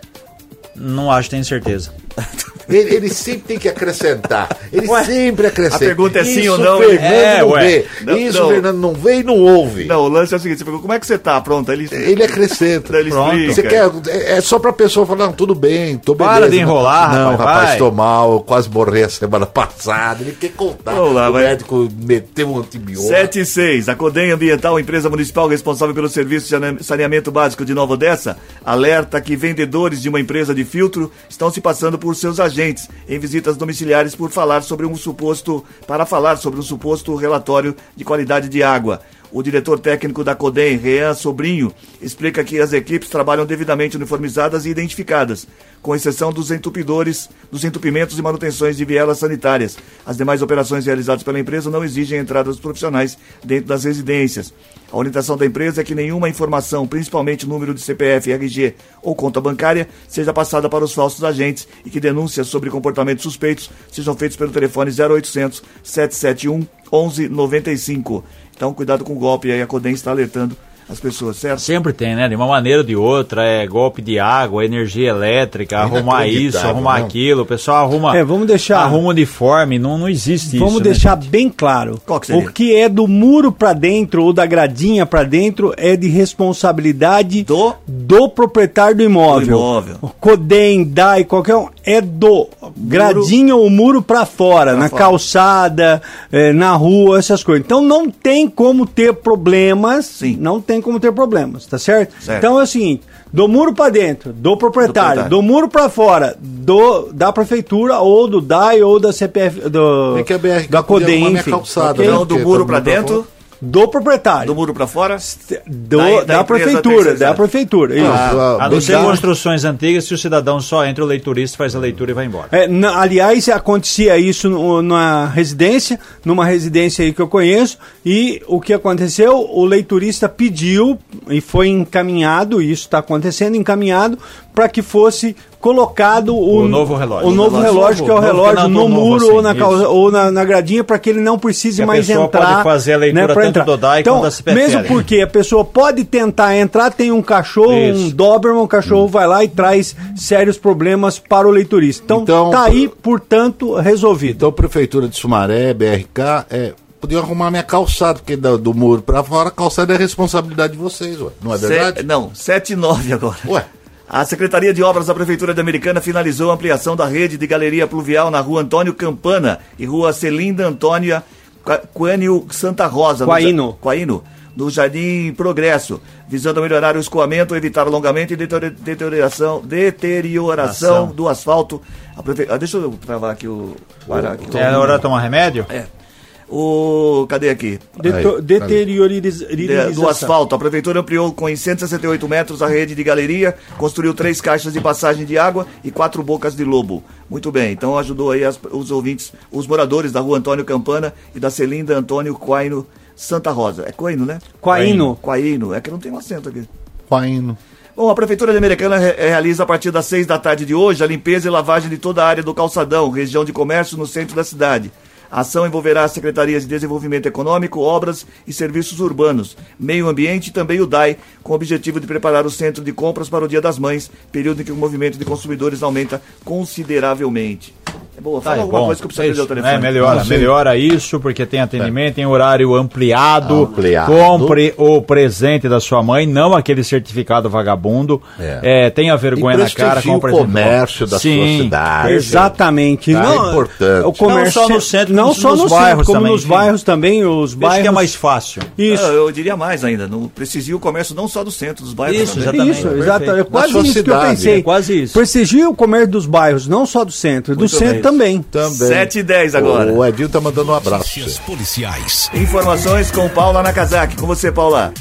Speaker 4: Não acho, tenho certeza.
Speaker 3: Ele, ele sempre tem que acrescentar. Ele ué, sempre acrescenta.
Speaker 2: A pergunta é sim
Speaker 3: isso
Speaker 2: ou não.
Speaker 3: Fernando
Speaker 2: é,
Speaker 3: não
Speaker 2: ué.
Speaker 3: vê.
Speaker 2: Não,
Speaker 3: isso
Speaker 2: não.
Speaker 3: o Fernando não vê e não ouve.
Speaker 2: Não, o lance é o seguinte, você pergunta, como é que você tá? Pronto, ele...
Speaker 3: Ele acrescenta.
Speaker 2: Ele explica.
Speaker 3: Você quer, é, é só pra pessoa falar, não, tudo bem, tô beleza.
Speaker 4: Para de enrolar,
Speaker 3: Não,
Speaker 4: rapaz,
Speaker 3: rapaz,
Speaker 4: vai.
Speaker 3: tô mal, eu quase morri a semana passada. Ele quer contar.
Speaker 2: Vamos lá,
Speaker 3: o
Speaker 2: vai.
Speaker 3: médico meteu um antibiótico.
Speaker 2: sete e seis, a Codem Ambiental, empresa municipal responsável pelo serviço de saneamento básico de Nova Odessa, alerta que vendedores de uma empresa de filtro estão se passando por seus agentes em visitas domiciliares por falar sobre um suposto, para falar sobre um suposto relatório de qualidade de água. O diretor técnico da Codem, Rean Sobrinho, explica que as equipes trabalham devidamente uniformizadas e identificadas, com exceção dos entupidores, dos entupimentos e manutenções de vielas sanitárias. As demais operações realizadas pela empresa não exigem a entrada dos profissionais dentro das residências. A orientação da empresa é que nenhuma informação, principalmente número de C P F, R G ou conta bancária, seja passada para os falsos agentes e que denúncias sobre comportamentos suspeitos sejam feitos pelo telefone zero oitocentos, sete sete um, onze noventa e cinco. Então, cuidado com o golpe aí, a Codem está alertando as pessoas, certo?
Speaker 4: Sempre tem, né? De uma maneira ou de outra, é golpe de água, energia elétrica, arrumar isso, arrumar não. aquilo, o pessoal arruma,
Speaker 5: é, vamos deixar,
Speaker 4: arruma uniforme, não, não existe
Speaker 5: vamos
Speaker 4: isso.
Speaker 5: Vamos deixar
Speaker 4: né?
Speaker 5: bem claro,
Speaker 2: Qual que
Speaker 5: o que é do muro para dentro ou da gradinha para dentro é de responsabilidade
Speaker 2: do,
Speaker 5: do proprietário do imóvel.
Speaker 2: Do imóvel.
Speaker 5: Codem, D A I, qualquer um, é do muro, gradinha ou muro para fora, pra na fora. calçada, é, na rua, essas coisas. Então não tem como ter problemas,
Speaker 2: Sim.
Speaker 5: não tem como ter problemas, tá certo?
Speaker 2: certo.
Speaker 5: Então é o seguinte, do muro para dentro, do proprietário, do, proprietário. do muro para fora, do, da prefeitura ou do D A I ou da C P F, do,
Speaker 3: é que a B R
Speaker 5: da Codem, enfim.
Speaker 3: Calçada,
Speaker 5: okay?
Speaker 2: Então do muro para dentro...
Speaker 5: Do proprietário.
Speaker 2: Do muro para fora?
Speaker 5: Do, da, da, da prefeitura, da prefeitura. Isso.
Speaker 4: Ah, a não ser construções antigas, se o cidadão só entra, o leiturista faz a leitura e vai embora.
Speaker 5: É, na, aliás, acontecia isso no, na residência, numa residência aí que eu conheço, e o que aconteceu? O leiturista pediu, e foi encaminhado, isso está acontecendo, encaminhado, para que fosse colocado o,
Speaker 4: o novo relógio,
Speaker 5: o novo relógio, relógio que é o relógio no muro assim, ou, na, causa, ou na, na gradinha, para que ele não precise mais entrar.
Speaker 4: Pode fazer a leitura, né, tanto do D A I
Speaker 5: então,
Speaker 4: quanto da C P F.
Speaker 5: Mesmo porque a pessoa pode tentar entrar, tem um cachorro, isso. um Doberman, o cachorro hum. vai lá e traz sérios problemas para o leiturista. Então, então tá aí, portanto, resolvido.
Speaker 3: Então, Prefeitura de Sumaré, B R K, é... podia arrumar minha calçada, porque do, do muro para fora, a calçada é responsabilidade de vocês, ué. Não é verdade?
Speaker 2: Se, não, sete e nove agora.
Speaker 3: Ué.
Speaker 2: A Secretaria de Obras da Prefeitura de Americana finalizou a ampliação da rede de galeria pluvial na rua Antônio Campana e rua Celinda Antônia Quânio Santa Rosa.
Speaker 5: Quaíno.
Speaker 2: No, Quaíno, no Jardim Progresso, visando melhorar o escoamento, evitar alongamento e deterioração, deterioração do asfalto. A prefe... ah, deixa eu travar aqui o... o
Speaker 4: aqui. É hora de tomar remédio?
Speaker 2: É. O... Cadê aqui?
Speaker 5: Deto... Deteriorização.
Speaker 2: Do asfalto. A prefeitura ampliou com cento e sessenta e oito metros a rede de galeria, construiu três caixas de passagem de água e quatro bocas de lobo. Muito bem, então ajudou aí as, os ouvintes, os moradores da rua Antônio Campana e da Celinda Antônio Quaíno Santa Rosa. É Quaíno, né?
Speaker 5: Quaíno.
Speaker 2: Quaíno, é que não tem um acento aqui.
Speaker 3: Quaíno.
Speaker 2: Bom, a Prefeitura de Americana re realiza a partir das seis da tarde de hoje a limpeza e lavagem de toda a área do calçadão, região de comércio no centro da cidade. A ação envolverá as Secretarias de Desenvolvimento Econômico, Obras e Serviços Urbanos, Meio Ambiente e também o D A I, com o objetivo de preparar o centro de compras para o Dia das Mães, período em que o movimento de consumidores aumenta consideravelmente. É boa, fala
Speaker 4: tá,
Speaker 2: alguma
Speaker 4: bom,
Speaker 2: coisa que eu preciso
Speaker 4: é
Speaker 2: perder o telefone.
Speaker 4: É, melhora,
Speaker 3: Não,
Speaker 4: melhora isso, porque tem atendimento, tem horário ampliado,
Speaker 3: Ampliado.
Speaker 4: compre o presente da sua mãe, não aquele certificado vagabundo,
Speaker 3: É.
Speaker 4: é, tenha vergonha
Speaker 3: E
Speaker 4: na cara,
Speaker 3: prestigie
Speaker 4: com
Speaker 3: o
Speaker 4: presente.
Speaker 3: comércio da
Speaker 4: Sim,
Speaker 3: sua cidade.
Speaker 5: Exatamente.
Speaker 3: Tá,
Speaker 5: não,
Speaker 3: é importante.
Speaker 5: O comércio,
Speaker 4: Não só no centro,
Speaker 5: não
Speaker 4: como
Speaker 5: só
Speaker 4: nos
Speaker 5: no
Speaker 4: bairros
Speaker 5: centro, como
Speaker 4: também,
Speaker 5: nos
Speaker 4: enfim.
Speaker 5: bairros também, os
Speaker 4: Acho
Speaker 5: bairros...
Speaker 4: que é mais fácil.
Speaker 5: Isso.
Speaker 2: Eu, eu diria mais ainda, não prestigia o comércio não só do centro, dos bairros
Speaker 4: Isso,
Speaker 2: também.
Speaker 4: exatamente.
Speaker 5: Isso,
Speaker 4: Perfeito.
Speaker 5: exato. É quase
Speaker 3: sua
Speaker 5: isso que eu
Speaker 3: cidade,
Speaker 5: pensei.
Speaker 4: é quase isso.
Speaker 5: Prestigia o comércio dos bairros, não só do centro, do
Speaker 2: Muito
Speaker 5: centro
Speaker 2: bem.
Speaker 5: também.
Speaker 3: Também.
Speaker 2: sete e dez agora.
Speaker 3: O Edil tá mandando um abraço. pra
Speaker 1: Notícias
Speaker 3: você.
Speaker 1: policiais.
Speaker 2: Informações com Paula Nakazaki. Com você, Paula.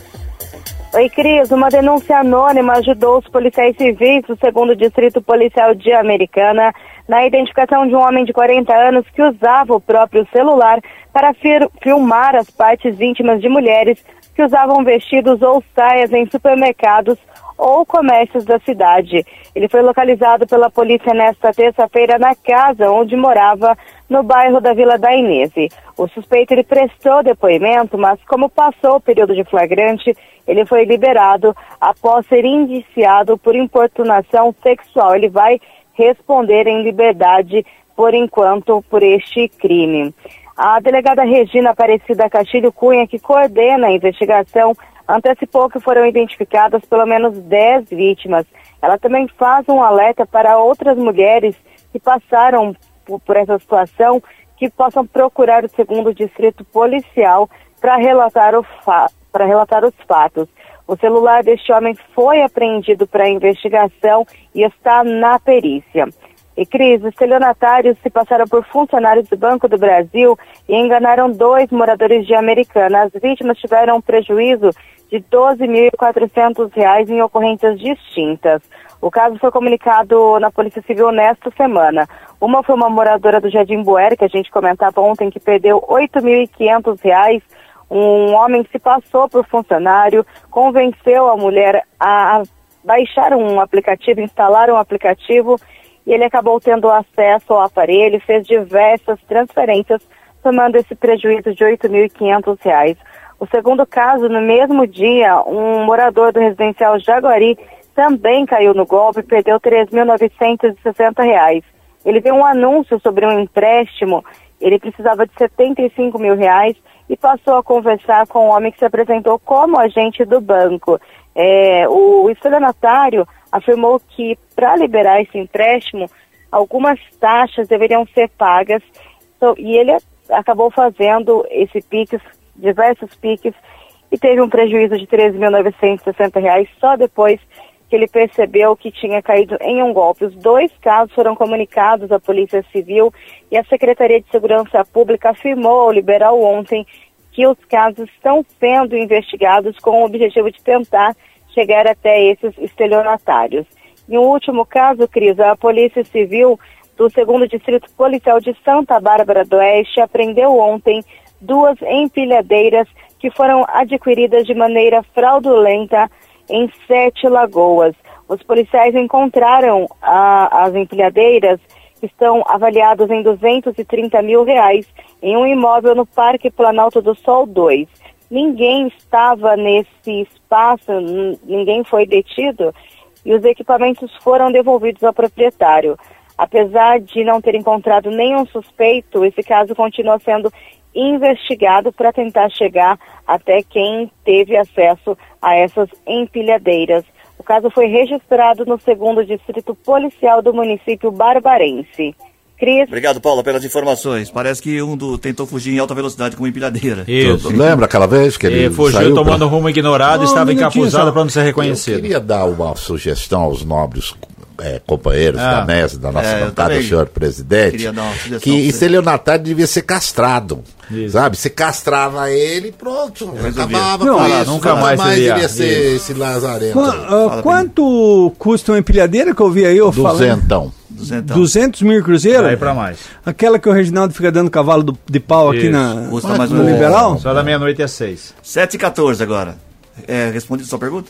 Speaker 7: Oi, Cris. Uma denúncia anônima ajudou os policiais civis do segundo Distrito Policial de Americana na identificação de um homem de quarenta anos que usava o próprio celular para fir- filmar as partes íntimas de mulheres que usavam vestidos ou saias em supermercados ou comércios da cidade. Ele foi localizado pela polícia nesta terça-feira na casa onde morava, no bairro da Vila da Inese. O suspeito ele prestou depoimento, mas como passou o período de flagrante, ele foi liberado após ser indiciado por importunação sexual. Ele vai responder em liberdade por enquanto por este crime. A delegada Regina Aparecida Castilho Cunha, que coordena a investigação, antecipou que foram identificadas pelo menos dez vítimas. Ela também faz um alerta para outras mulheres que passaram por, por essa situação, que possam procurar o segundo distrito policial para relatar, o fa- para relatar os fatos. O celular deste homem foi apreendido para a investigação e está na perícia. E, Cris, os estelionatários se passaram por funcionários do Banco do Brasil e enganaram dois moradores de Americana. As vítimas tiveram um prejuízo de doze mil e quatrocentos reais em ocorrências distintas. O caso foi comunicado na Polícia Civil nesta semana. Uma foi uma moradora do Jardim Buer, que a gente comentava ontem, que perdeu oito mil e quinhentos reais. Um homem que se passou por funcionário, convenceu a mulher a baixar um aplicativo, instalar um aplicativo, e ele acabou tendo acesso ao aparelho, fez diversas transferências, tomando esse prejuízo de oito mil e quinhentos reais. O segundo caso, no mesmo dia, um morador do residencial Jaguari também caiu no golpe e perdeu três mil novecentos e sessenta reais. Ele viu um anúncio sobre um empréstimo, ele precisava de setenta e cinco mil reais e passou a conversar com o homem que se apresentou como agente do banco. É, o estelionatário afirmou que para liberar esse empréstimo, algumas taxas deveriam ser pagas, so, e ele acabou fazendo esse PIX, diversos PIX, e teve um prejuízo de três mil novecentos e sessenta reais só depois que ele percebeu que tinha caído em um golpe. Os dois casos foram comunicados à Polícia Civil e a Secretaria de Segurança Pública afirmou ao Liberal ontem que os casos estão sendo investigados com o objetivo de tentar chegar até esses estelionatários. Em um último caso, Cris, a Polícia Civil do segundo Distrito Policial de Santa Bárbara do Oeste apreendeu ontem duas empilhadeiras que foram adquiridas de maneira fraudulenta em Sete Lagoas. Os policiais encontraram a, as empilhadeiras que estão avaliadas em duzentos e trinta mil reais em um imóvel no Parque Planalto do Sol dois. Ninguém estava nesse espaço, n- ninguém foi detido e os equipamentos foram devolvidos ao proprietário. Apesar de não ter encontrado nenhum suspeito, esse caso continua sendo investigado para tentar chegar até quem teve acesso a essas empilhadeiras. O caso foi registrado no segundo Distrito Policial do município barbarense. Cris?
Speaker 2: Obrigado, Paula, pelas informações. Parece que um do tentou fugir em alta velocidade com uma empilhadeira.
Speaker 4: Isso.
Speaker 3: Lembra aquela vez que ele
Speaker 4: E fugiu
Speaker 3: saiu
Speaker 4: tomando
Speaker 3: pra...
Speaker 4: rumo ignorado e
Speaker 5: Não,
Speaker 4: estava
Speaker 5: um minutinho
Speaker 4: encapuzado
Speaker 5: só.
Speaker 4: para não ser
Speaker 3: Eu
Speaker 4: reconhecido.
Speaker 3: queria dar uma sugestão aos nobres é, companheiros
Speaker 4: Ah.
Speaker 3: da mesa, da nossa
Speaker 2: É, eu
Speaker 3: bancada,
Speaker 2: também
Speaker 3: senhor presidente,
Speaker 2: queria dar uma sugestão
Speaker 3: que
Speaker 2: pra você.
Speaker 3: estelionatário devia ser castrado.
Speaker 4: Isso.
Speaker 3: Sabe? Você castrava ele e pronto. Acabava
Speaker 5: Não,
Speaker 3: com
Speaker 5: ah,
Speaker 3: isso.
Speaker 4: nunca mais seria.
Speaker 3: iria ser esse lazarento.
Speaker 5: Qua-
Speaker 3: aí.
Speaker 5: ah,
Speaker 2: Fala,
Speaker 5: quanto custa uma empilhadeira que eu vi aí? Eu falando?
Speaker 3: Duzentão.
Speaker 2: Duzentão.
Speaker 5: duzentos mil cruzeiro?
Speaker 4: Daí pra mais.
Speaker 5: Aquela que o Reginaldo fica dando cavalo do- de pau aqui
Speaker 4: Isso.
Speaker 5: na,
Speaker 2: Custa mais
Speaker 5: no
Speaker 2: um-
Speaker 5: Liberal?
Speaker 4: Só da meia-noite às seis.
Speaker 2: sete e quatorze agora. É, respondido a sua pergunta?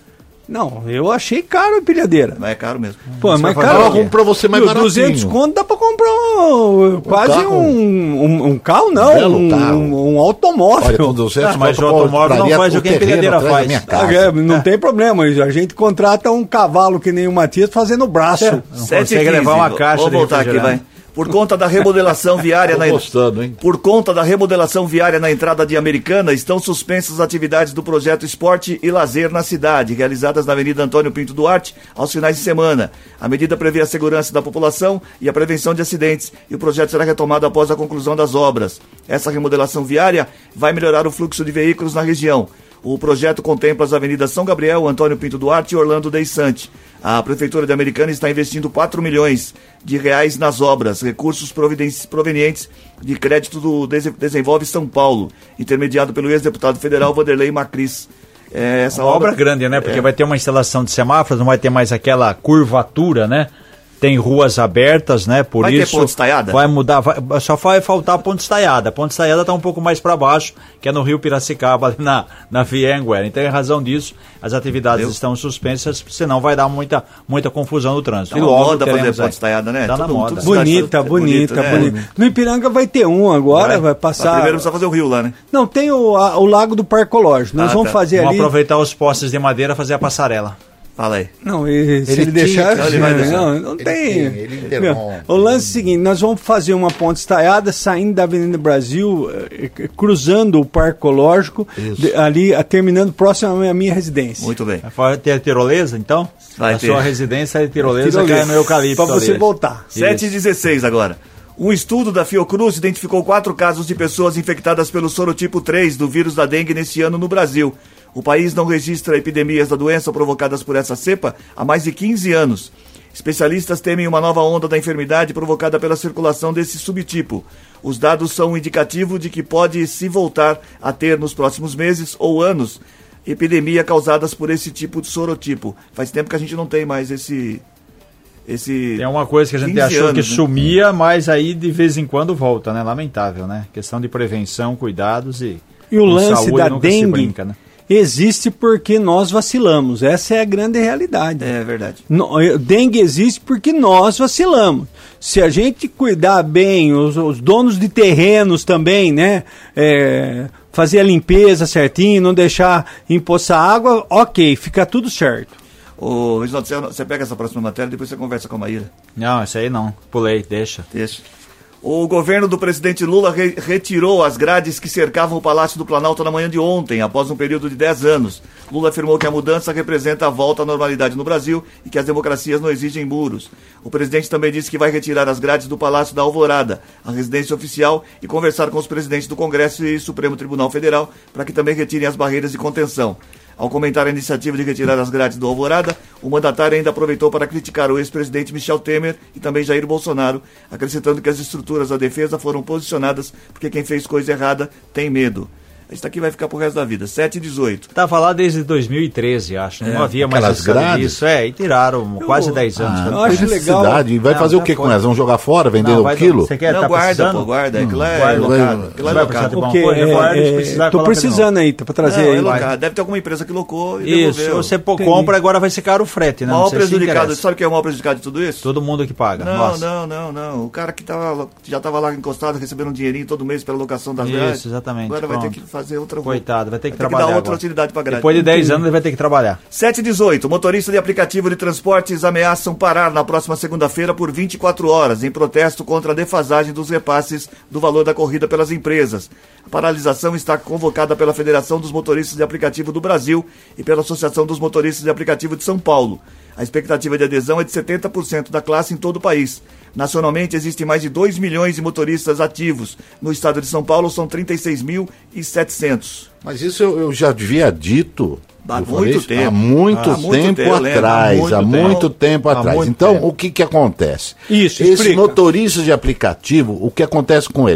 Speaker 5: Não, eu achei caro a empilhadeira.
Speaker 2: Mas é caro mesmo.
Speaker 5: Pô, é mais
Speaker 3: Fala,
Speaker 5: caro.
Speaker 3: vamos pra você mais baratinho.
Speaker 5: duzentos conto dá pra comprar um, quase
Speaker 3: carro.
Speaker 5: um, um, um carro, não,
Speaker 3: belo
Speaker 5: um,
Speaker 3: carro.
Speaker 5: um, um automóvel.
Speaker 3: Olha, com duzentos
Speaker 4: Ah, mas
Speaker 3: conto,
Speaker 4: o automóvel
Speaker 3: compraria
Speaker 4: não faz o que a
Speaker 3: terreno
Speaker 4: empilhadeira
Speaker 3: atrás da
Speaker 4: faz.
Speaker 3: minha casa.
Speaker 5: É, não tem problema, a gente contrata um cavalo que nem o Matias fazendo braço.
Speaker 4: Não
Speaker 2: sete
Speaker 4: consegue
Speaker 2: e quinze.
Speaker 4: levar uma caixa
Speaker 2: Vou
Speaker 4: de
Speaker 2: voltar aqui, vai.
Speaker 4: refrigerante.
Speaker 2: Por conta da remodelação viária
Speaker 3: Tô
Speaker 2: na
Speaker 3: gostando, hein?
Speaker 2: Por conta da remodelação viária na entrada de Americana, estão suspensas as atividades do projeto Esporte e Lazer na cidade, realizadas na Avenida Antônio Pinto Duarte aos finais de semana. A medida prevê a segurança da população e a prevenção de acidentes, e o projeto será retomado após a conclusão das obras. Essa remodelação viária vai melhorar o fluxo de veículos na região. O projeto contempla as avenidas São Gabriel, Antônio Pinto Duarte e Orlando Deissante. A Prefeitura de Americana está investindo quatro milhões de reais nas obras, recursos provenientes de crédito do Desenvolve São Paulo, intermediado pelo ex-deputado federal Vanderlei Macris. É, essa
Speaker 4: Uma obra,
Speaker 2: obra
Speaker 4: grande, né? Porque
Speaker 2: é.
Speaker 4: vai ter uma instalação de semáforos, não vai ter mais aquela curvatura, né? Tem ruas abertas, né? Por
Speaker 2: Vai ter
Speaker 4: isso
Speaker 2: ponte estaiada?
Speaker 4: vai mudar, vai, só vai faltar a ponte estaiada. A ponte estaiada está um pouco mais para baixo, que é no Rio Piracicaba, ali na, na Via Anguera. Então, em razão disso, as atividades
Speaker 2: Eu...
Speaker 4: estão suspensas, senão vai dar muita, muita confusão no trânsito.
Speaker 2: Tá
Speaker 4: e
Speaker 2: uma
Speaker 4: logo
Speaker 2: moda fazer
Speaker 4: teremos
Speaker 2: ponte
Speaker 4: aí.
Speaker 2: estaiada, né?
Speaker 4: Tá na
Speaker 2: Tudo-
Speaker 4: moda.
Speaker 2: tudo
Speaker 5: Bonita,
Speaker 2: cidade-
Speaker 5: bonita,
Speaker 2: bonito, né?
Speaker 5: bonita. No Ipiranga vai ter um agora, vai, passar.
Speaker 2: Mas primeiro precisa fazer o rio lá, né?
Speaker 5: Não, tem o, a- o Lago do Parque Ecológico. Nós
Speaker 2: Ah,
Speaker 5: vamos
Speaker 2: tá.
Speaker 5: fazer
Speaker 4: Vamos
Speaker 5: ali.
Speaker 4: aproveitar os postes de madeira e fazer a passarela.
Speaker 2: Fala aí.
Speaker 5: Não, e, se ele,
Speaker 3: Ele
Speaker 5: deixar,
Speaker 3: tinha-
Speaker 2: ele vai deixar.
Speaker 5: Não, não
Speaker 3: Ele
Speaker 5: tem.
Speaker 3: tem, ele interrompe.
Speaker 5: O lance é o seguinte: nós vamos fazer uma ponte estaiada saindo da Avenida Brasil, eh, eh, cruzando o Parque Ecológico, de- ali, ah, terminando próximo à minha residência.
Speaker 2: Muito bem.
Speaker 4: Vai ter a tirolesa, então?
Speaker 2: Vai
Speaker 4: a
Speaker 2: ter.
Speaker 4: sua residência é tirolesa,
Speaker 5: Tirolesa.
Speaker 4: cai no eucalipto.
Speaker 5: Pra você
Speaker 4: ali.
Speaker 5: voltar.
Speaker 2: sete e dezesseis agora. Um estudo da Fiocruz identificou quatro casos de pessoas infectadas pelo sorotipo três do vírus da dengue nesse ano no Brasil. O país não registra epidemias da doença provocadas por essa cepa há mais de quinze anos. Especialistas temem uma nova onda da enfermidade provocada pela circulação desse subtipo. Os dados são um indicativo de que pode se voltar a ter nos próximos meses ou anos epidemia causadas por esse tipo de sorotipo. Faz tempo que a gente não tem mais esse... esse
Speaker 4: É uma coisa que a gente
Speaker 2: quinze
Speaker 4: achou
Speaker 2: anos,
Speaker 4: que
Speaker 2: né?
Speaker 4: sumia, mas aí de vez em quando volta, né? Lamentável, né? Questão de prevenção, cuidados e.
Speaker 5: E o
Speaker 4: com
Speaker 5: lance
Speaker 4: saúde
Speaker 5: da
Speaker 4: nunca se
Speaker 5: dengue
Speaker 4: brinca, né?
Speaker 5: existe porque nós vacilamos. Essa é a grande realidade.
Speaker 2: É verdade.
Speaker 5: No, eh, dengue existe porque nós vacilamos. Se a gente cuidar bem, os, os donos de terrenos também, né? É, fazer a limpeza certinho, não deixar empoçar água, ok, fica tudo certo.
Speaker 2: Ô, Reginaldo, você, você pega essa próxima matéria, depois você conversa com a Maíra.
Speaker 4: Não, isso aí não. Pulei, deixa.
Speaker 2: Deixa. O governo do presidente Lula re- retirou as grades que cercavam o Palácio do Planalto na manhã de ontem, após um período de dez anos. Lula afirmou que a mudança representa a volta à normalidade no Brasil e que as democracias não exigem muros. O presidente também disse que vai retirar as grades do Palácio da Alvorada, a residência oficial, e conversar com os presidentes do Congresso e Supremo Tribunal Federal para que também retirem as barreiras de contenção. Ao comentar a iniciativa de retirar as grades do Alvorada, o mandatário ainda aproveitou para criticar o ex-presidente Michel Temer e também Jair Bolsonaro, acrescentando que as estruturas da defesa foram posicionadas porque quem fez coisa errada tem medo. Isso aqui vai ficar pro resto da vida. sete e dezoito.
Speaker 4: Tava lá desde dois mil e treze, acho. Não
Speaker 2: É,
Speaker 4: havia mais
Speaker 3: aquelas
Speaker 4: necessidade
Speaker 3: grades?
Speaker 4: disso. É, e tiraram quase dez anos.
Speaker 3: Ah,
Speaker 5: Eu acho
Speaker 3: tem
Speaker 5: legal.
Speaker 3: necessidade. E vai
Speaker 4: Não,
Speaker 3: fazer o
Speaker 4: já
Speaker 3: que com
Speaker 4: foi.
Speaker 3: elas? Vão jogar fora, vender
Speaker 4: Não,
Speaker 3: um
Speaker 4: vai-
Speaker 3: quilo?
Speaker 4: Você quer,
Speaker 2: Não,
Speaker 4: tá
Speaker 2: guarda,
Speaker 4: precisando?
Speaker 2: pô, guarda. Aquilo é
Speaker 3: Vai,
Speaker 2: locado.
Speaker 3: vai-
Speaker 2: Aquilo é
Speaker 4: vai
Speaker 2: locado.
Speaker 4: precisar de
Speaker 5: O
Speaker 4: bom
Speaker 5: que
Speaker 4: coisa, guarda, se
Speaker 5: é,
Speaker 4: precisar,
Speaker 5: é, tô
Speaker 4: coloca de
Speaker 5: precisando aí, tá pra trazer
Speaker 2: Não,
Speaker 5: aí.
Speaker 2: é
Speaker 5: vai.
Speaker 2: locado. Deve ter alguma empresa que locou e
Speaker 4: Isso,
Speaker 2: devolveu.
Speaker 4: você pô,
Speaker 5: Entendi.
Speaker 4: compra, agora vai ser caro o frete,
Speaker 2: O
Speaker 4: né?
Speaker 2: maior
Speaker 4: Não sei se
Speaker 2: prejudicado,
Speaker 4: interessa.
Speaker 2: sabe quem é o maior prejudicado de tudo isso?
Speaker 4: Todo mundo que paga.
Speaker 2: Não,
Speaker 4: Nossa.
Speaker 2: não, não, não. O cara que tava, já estava lá encostado, recebendo um dinheirinho todo mês pela locação das
Speaker 4: Isso,
Speaker 2: grades.
Speaker 4: exatamente,
Speaker 2: Agora vai ter
Speaker 4: pronto.
Speaker 2: que fazer outra
Speaker 4: Coitado, vai ter que
Speaker 2: vai ter
Speaker 4: trabalhar
Speaker 2: que dar outra
Speaker 4: agora.
Speaker 2: utilidade pra grade.
Speaker 4: Depois de dez anos ele vai ter que trabalhar.
Speaker 2: sete e dezoito. Motorista de aplicativo de transportes ameaçam parar na próxima segunda-feira por vinte e quatro horas, em protesto contra a defasagem dos repasses do valor da corrida pelas empresas. A paralisação está convocada pela Federação dos Motoristas de Aplicativo do Brasil e pela Associação dos Motoristas de Aplicativo de São Paulo. A expectativa de adesão é de setenta por cento da classe em todo o país. Nacionalmente, existem mais de dois milhões de motoristas ativos. No estado de São Paulo, são trinta e seis mil e setecentos.
Speaker 3: Mas isso eu, eu já havia dito.
Speaker 2: Há
Speaker 3: eu
Speaker 2: muito
Speaker 3: falei isso
Speaker 2: tempo.
Speaker 3: Há muito
Speaker 2: Há muito
Speaker 3: tempo
Speaker 2: tempo, eu lembro,
Speaker 3: atrás.
Speaker 2: há muito
Speaker 3: Há
Speaker 2: tempo.
Speaker 3: muito tempo
Speaker 4: Há
Speaker 3: atrás.
Speaker 4: muito
Speaker 3: Então,
Speaker 4: tempo.
Speaker 3: o que que acontece?
Speaker 5: Isso,
Speaker 3: Esse
Speaker 5: explica.
Speaker 3: motorista de aplicativo, o que acontece com ele?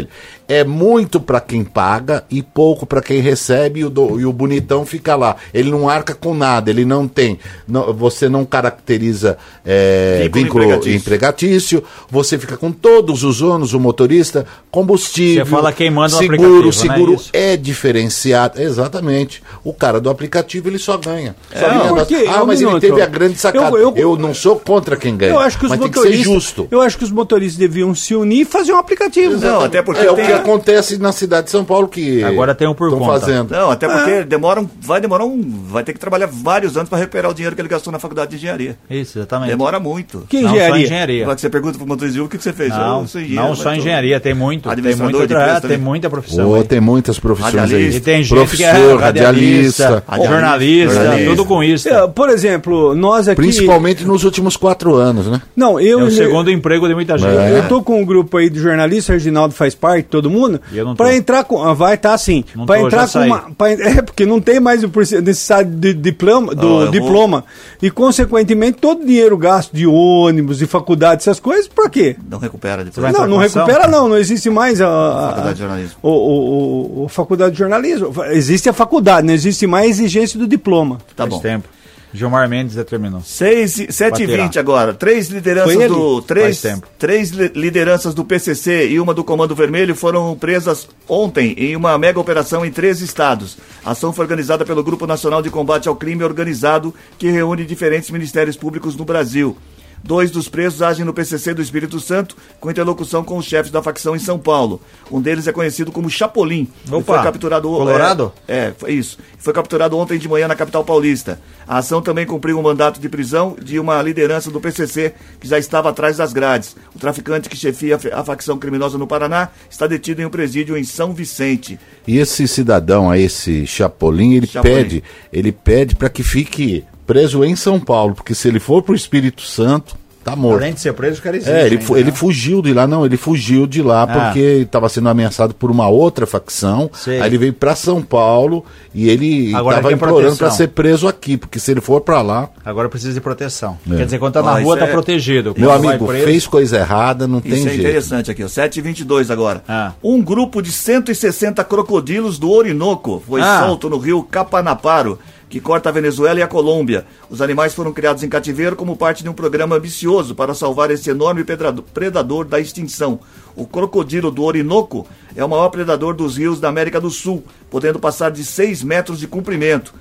Speaker 3: é muito para quem paga e pouco para quem recebe, e o, do, e o bonitão fica lá. Ele não arca com nada, ele não tem. Não, você não caracteriza é, vínculo, vínculo empregatício. empregatício, você fica com todos os ônus, o motorista, combustível.
Speaker 4: Você fala quem manda
Speaker 3: seguro,
Speaker 4: o aplicativo,
Speaker 3: seguro
Speaker 4: né?
Speaker 3: é diferenciado. Exatamente. O cara do aplicativo ele só ganha. Só
Speaker 5: É,
Speaker 3: ganha
Speaker 5: porque,
Speaker 3: das... Ah,
Speaker 5: um
Speaker 3: mas
Speaker 5: minuto.
Speaker 3: ele teve a grande sacada.
Speaker 5: Eu,
Speaker 3: Eu,
Speaker 5: eu,
Speaker 3: não sou contra quem ganha.
Speaker 5: Eu acho que os
Speaker 3: mas
Speaker 5: motoristas,
Speaker 3: tem que ser justo.
Speaker 5: Eu acho que os motoristas deviam se unir e fazer um aplicativo.
Speaker 2: Não, até porque
Speaker 3: É o
Speaker 2: tem...
Speaker 3: que acontece na cidade de São Paulo que
Speaker 4: Agora tem um por
Speaker 3: estão
Speaker 4: conta.
Speaker 3: fazendo.
Speaker 2: Não, até porque demora um, vai demorar um. Vai ter que trabalhar vários anos para recuperar o dinheiro que ele gastou na faculdade de engenharia.
Speaker 4: Isso, exatamente.
Speaker 2: Demora muito.
Speaker 5: Que
Speaker 4: Não, só
Speaker 5: engenharia?
Speaker 4: engenharia.
Speaker 2: Agora que você pergunta para o motorista de Uber, o que que você fez?
Speaker 4: Não,
Speaker 2: Eu sou engenheiro,
Speaker 4: não só
Speaker 2: mas tô-
Speaker 4: engenharia, tem muito. Tem,
Speaker 2: Administrador
Speaker 4: muito
Speaker 2: de
Speaker 4: outra-
Speaker 2: empresa
Speaker 4: tem
Speaker 2: também.
Speaker 4: muita profissão.
Speaker 3: Oh,
Speaker 4: aí.
Speaker 3: tem muitas profissões
Speaker 2: Radialista.
Speaker 3: aí.
Speaker 4: E tem gente que é
Speaker 3: Professor,
Speaker 4: radialista,
Speaker 3: radialista.
Speaker 4: jornalista,
Speaker 2: Jornalista.
Speaker 4: tudo com isso.
Speaker 5: É, por exemplo, nós aqui...
Speaker 3: Principalmente nos últimos quatro anos, né?
Speaker 5: Não, eu...
Speaker 4: É o segundo emprego de muita gente.
Speaker 3: É.
Speaker 5: Eu tô com um grupo aí de jornalistas, Reginaldo faz parte, todo mundo.
Speaker 4: E eu não tô.
Speaker 5: Pra entrar com. ah, Vai estar tá assim.
Speaker 4: Não
Speaker 5: Pra
Speaker 4: tô,
Speaker 5: entrar
Speaker 4: já
Speaker 5: com
Speaker 4: saí.
Speaker 5: uma. pra- é, porque não tem mais o porce- necessidade de diploma, do
Speaker 2: Ah, eu
Speaker 5: diploma. E, consequentemente, todo o dinheiro gasto de ônibus, de faculdade, essas coisas, pra quê?
Speaker 2: Não recupera depois.
Speaker 4: vai
Speaker 5: Não,
Speaker 4: entrar
Speaker 5: não
Speaker 4: com ação?
Speaker 5: recupera, não. Não existe mais a. a-
Speaker 2: Faculdade de jornalismo.
Speaker 5: O, o, o- o faculdade de jornalismo. Existe a faculdade, não existe mais a exigência do diploma.
Speaker 2: Tá
Speaker 4: Faz
Speaker 2: bom.
Speaker 4: tempo. Gilmar Mendes determinou.
Speaker 2: sete e vinte agora. Três lideranças
Speaker 5: Foi ele?
Speaker 2: do. Três,
Speaker 4: Faz tempo.
Speaker 2: três li- lideranças do P C C e uma do Comando Vermelho foram presas ontem em uma mega operação em três estados. A ação foi organizada pelo Grupo Nacional de Combate ao Crime Organizado, que reúne diferentes ministérios públicos no Brasil. Dois dos presos agem no P C C do Espírito Santo, com interlocução com os chefes da facção em São Paulo. Um deles é conhecido como Chapolin. Ele
Speaker 4: Opa,
Speaker 2: foi capturado
Speaker 4: Colorado?
Speaker 2: É, é, foi isso. Foi capturado ontem de manhã na capital paulista. A ação também cumpriu um mandato de prisão de uma liderança do P C C que já estava atrás das grades. O traficante que chefia a fe- a facção criminosa no Paraná está detido em um presídio em São Vicente.
Speaker 3: E esse cidadão aí, esse Chapolin, ele
Speaker 2: Chapolin.
Speaker 3: pede, ele pede para que fique preso em São Paulo, porque se ele for pro Espírito Santo, tá morto.
Speaker 4: Além de ser preso, o cara existe.
Speaker 3: É, ele,
Speaker 4: ainda,
Speaker 3: fu-
Speaker 4: né?
Speaker 3: ele fugiu de lá, não, ele fugiu de lá
Speaker 4: Ah.
Speaker 3: porque estava sendo ameaçado por uma outra facção.
Speaker 4: Sei.
Speaker 3: Aí ele veio para São Paulo e ele
Speaker 4: Agora
Speaker 3: estava
Speaker 4: tem
Speaker 3: implorando
Speaker 4: proteção.
Speaker 3: para ser preso aqui, porque se ele for para lá,
Speaker 4: Agora precisa de proteção.
Speaker 3: É.
Speaker 4: Quer dizer, quando tá
Speaker 2: Ó,
Speaker 4: na rua,
Speaker 2: isso
Speaker 4: tá
Speaker 2: é-
Speaker 4: protegido.
Speaker 3: meu
Speaker 4: Quando vai
Speaker 3: amigo,
Speaker 4: preso-
Speaker 3: fez coisa errada, não tem
Speaker 2: Isso é
Speaker 3: jeito.
Speaker 2: interessante aqui, ó. sete e vinte e dois agora.
Speaker 4: Ah.
Speaker 2: Um grupo de cento e sessenta crocodilos do Orinoco foi
Speaker 4: Ah.
Speaker 2: solto no rio Capanaparo, que corta a Venezuela e a Colômbia. Os animais foram criados em cativeiro como parte de um programa ambicioso para salvar esse enorme pedrado- predador da extinção. O crocodilo do Orinoco é o maior predador dos rios da América do Sul, podendo passar de seis metros de comprimento,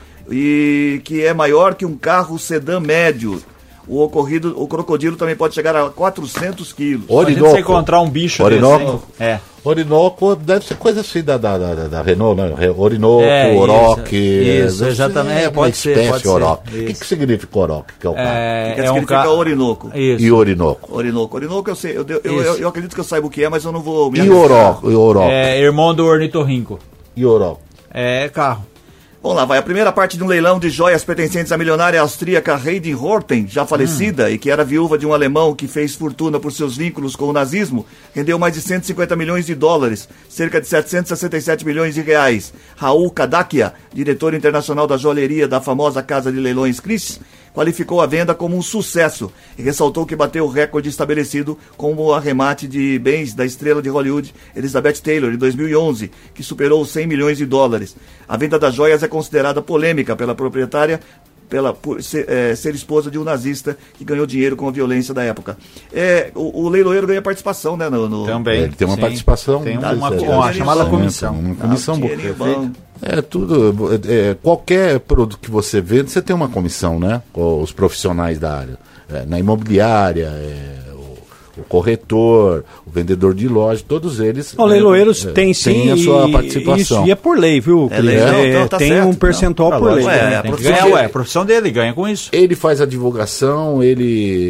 Speaker 2: e que é maior que um carro sedã médio. O ocorrido, o crocodilo também pode chegar a quatrocentos quilos.
Speaker 4: Imagina
Speaker 3: Orinoco.
Speaker 4: você encontrar um bicho
Speaker 3: Orinoco.
Speaker 4: desse, hein? É.
Speaker 3: Orinoco deve ser coisa assim da, da, da, da Renault, né? Re- Orinoco,
Speaker 4: É, isso,
Speaker 3: Oroque.
Speaker 4: isso,
Speaker 3: deve
Speaker 4: exatamente,
Speaker 3: ser
Speaker 4: é,
Speaker 3: uma
Speaker 4: pode ser,
Speaker 3: espécie
Speaker 4: pode ser,
Speaker 3: Oroque. O que,
Speaker 4: isso.
Speaker 3: que significa Oroque? Que é o carro?
Speaker 4: É,
Speaker 2: Que
Speaker 4: é um
Speaker 2: significa
Speaker 4: ca...
Speaker 2: Orinoco.
Speaker 4: Isso.
Speaker 3: E Orinoco.
Speaker 2: Orinoco. Orinoco eu sei, eu, eu, eu,
Speaker 4: Isso.
Speaker 2: eu acredito que eu saiba o que é, mas eu não vou me
Speaker 3: E
Speaker 2: arriscar.
Speaker 3: Oroque? E Oroque?
Speaker 4: É irmão do ornitorrinco.
Speaker 3: E Oroque?
Speaker 4: É carro.
Speaker 2: Vamos lá, vai. A primeira parte de um leilão de joias pertencentes à milionária austríaca Heidi Horten, já falecida,
Speaker 4: Hum.
Speaker 2: e que era viúva de um alemão que fez fortuna por seus vínculos com o nazismo, rendeu mais de cento e cinquenta milhões de dólares, cerca de setecentos e sessenta e sete milhões de reais. Raul Kadakia, diretor internacional da joalheria da famosa casa de leilões Chris, qualificou a venda como um sucesso e ressaltou que bateu o recorde estabelecido com o arremate de bens da estrela de Hollywood Elizabeth Taylor em dois mil e onze, que superou os cem milhões de dólares. A venda das joias é considerada polêmica pela proprietária pela, por ser, é, ser esposa de um nazista que ganhou dinheiro com a violência da época. É, o, o leiloeiro ganha participação, né? No, no...
Speaker 4: Também.
Speaker 3: Ele tem uma
Speaker 4: sim.
Speaker 3: participação.
Speaker 4: Tem
Speaker 3: né?
Speaker 4: uma,
Speaker 3: É,
Speaker 4: uma
Speaker 2: é,
Speaker 4: chamada
Speaker 2: é,
Speaker 4: comissão.
Speaker 3: Uma comissão
Speaker 2: Ah, um
Speaker 3: boa.
Speaker 2: dinheirinho bom.
Speaker 3: É tudo. É, qualquer produto que você vende, você tem uma comissão, né? Com os profissionais da área. É, na imobiliária, é, o, o corretor, o vendedor de loja, todos eles.
Speaker 5: O leiloeiro
Speaker 3: é,
Speaker 5: tem sim.
Speaker 3: tem a sua
Speaker 5: e-
Speaker 3: participação.
Speaker 5: Isso, e é por lei, viu?
Speaker 2: É lei,
Speaker 5: Cris?
Speaker 2: não,
Speaker 5: É,
Speaker 2: então tá
Speaker 5: tem
Speaker 2: certo,
Speaker 5: um
Speaker 2: não.
Speaker 5: percentual
Speaker 4: Ah,
Speaker 5: por lei.
Speaker 4: lógico,
Speaker 2: Ué,
Speaker 4: né?
Speaker 2: a
Speaker 4: Tem que
Speaker 2: profissão
Speaker 4: ganhar,
Speaker 2: dele.
Speaker 4: ué, a profissão dele ganha com isso.
Speaker 3: Ele faz a divulgação, ele,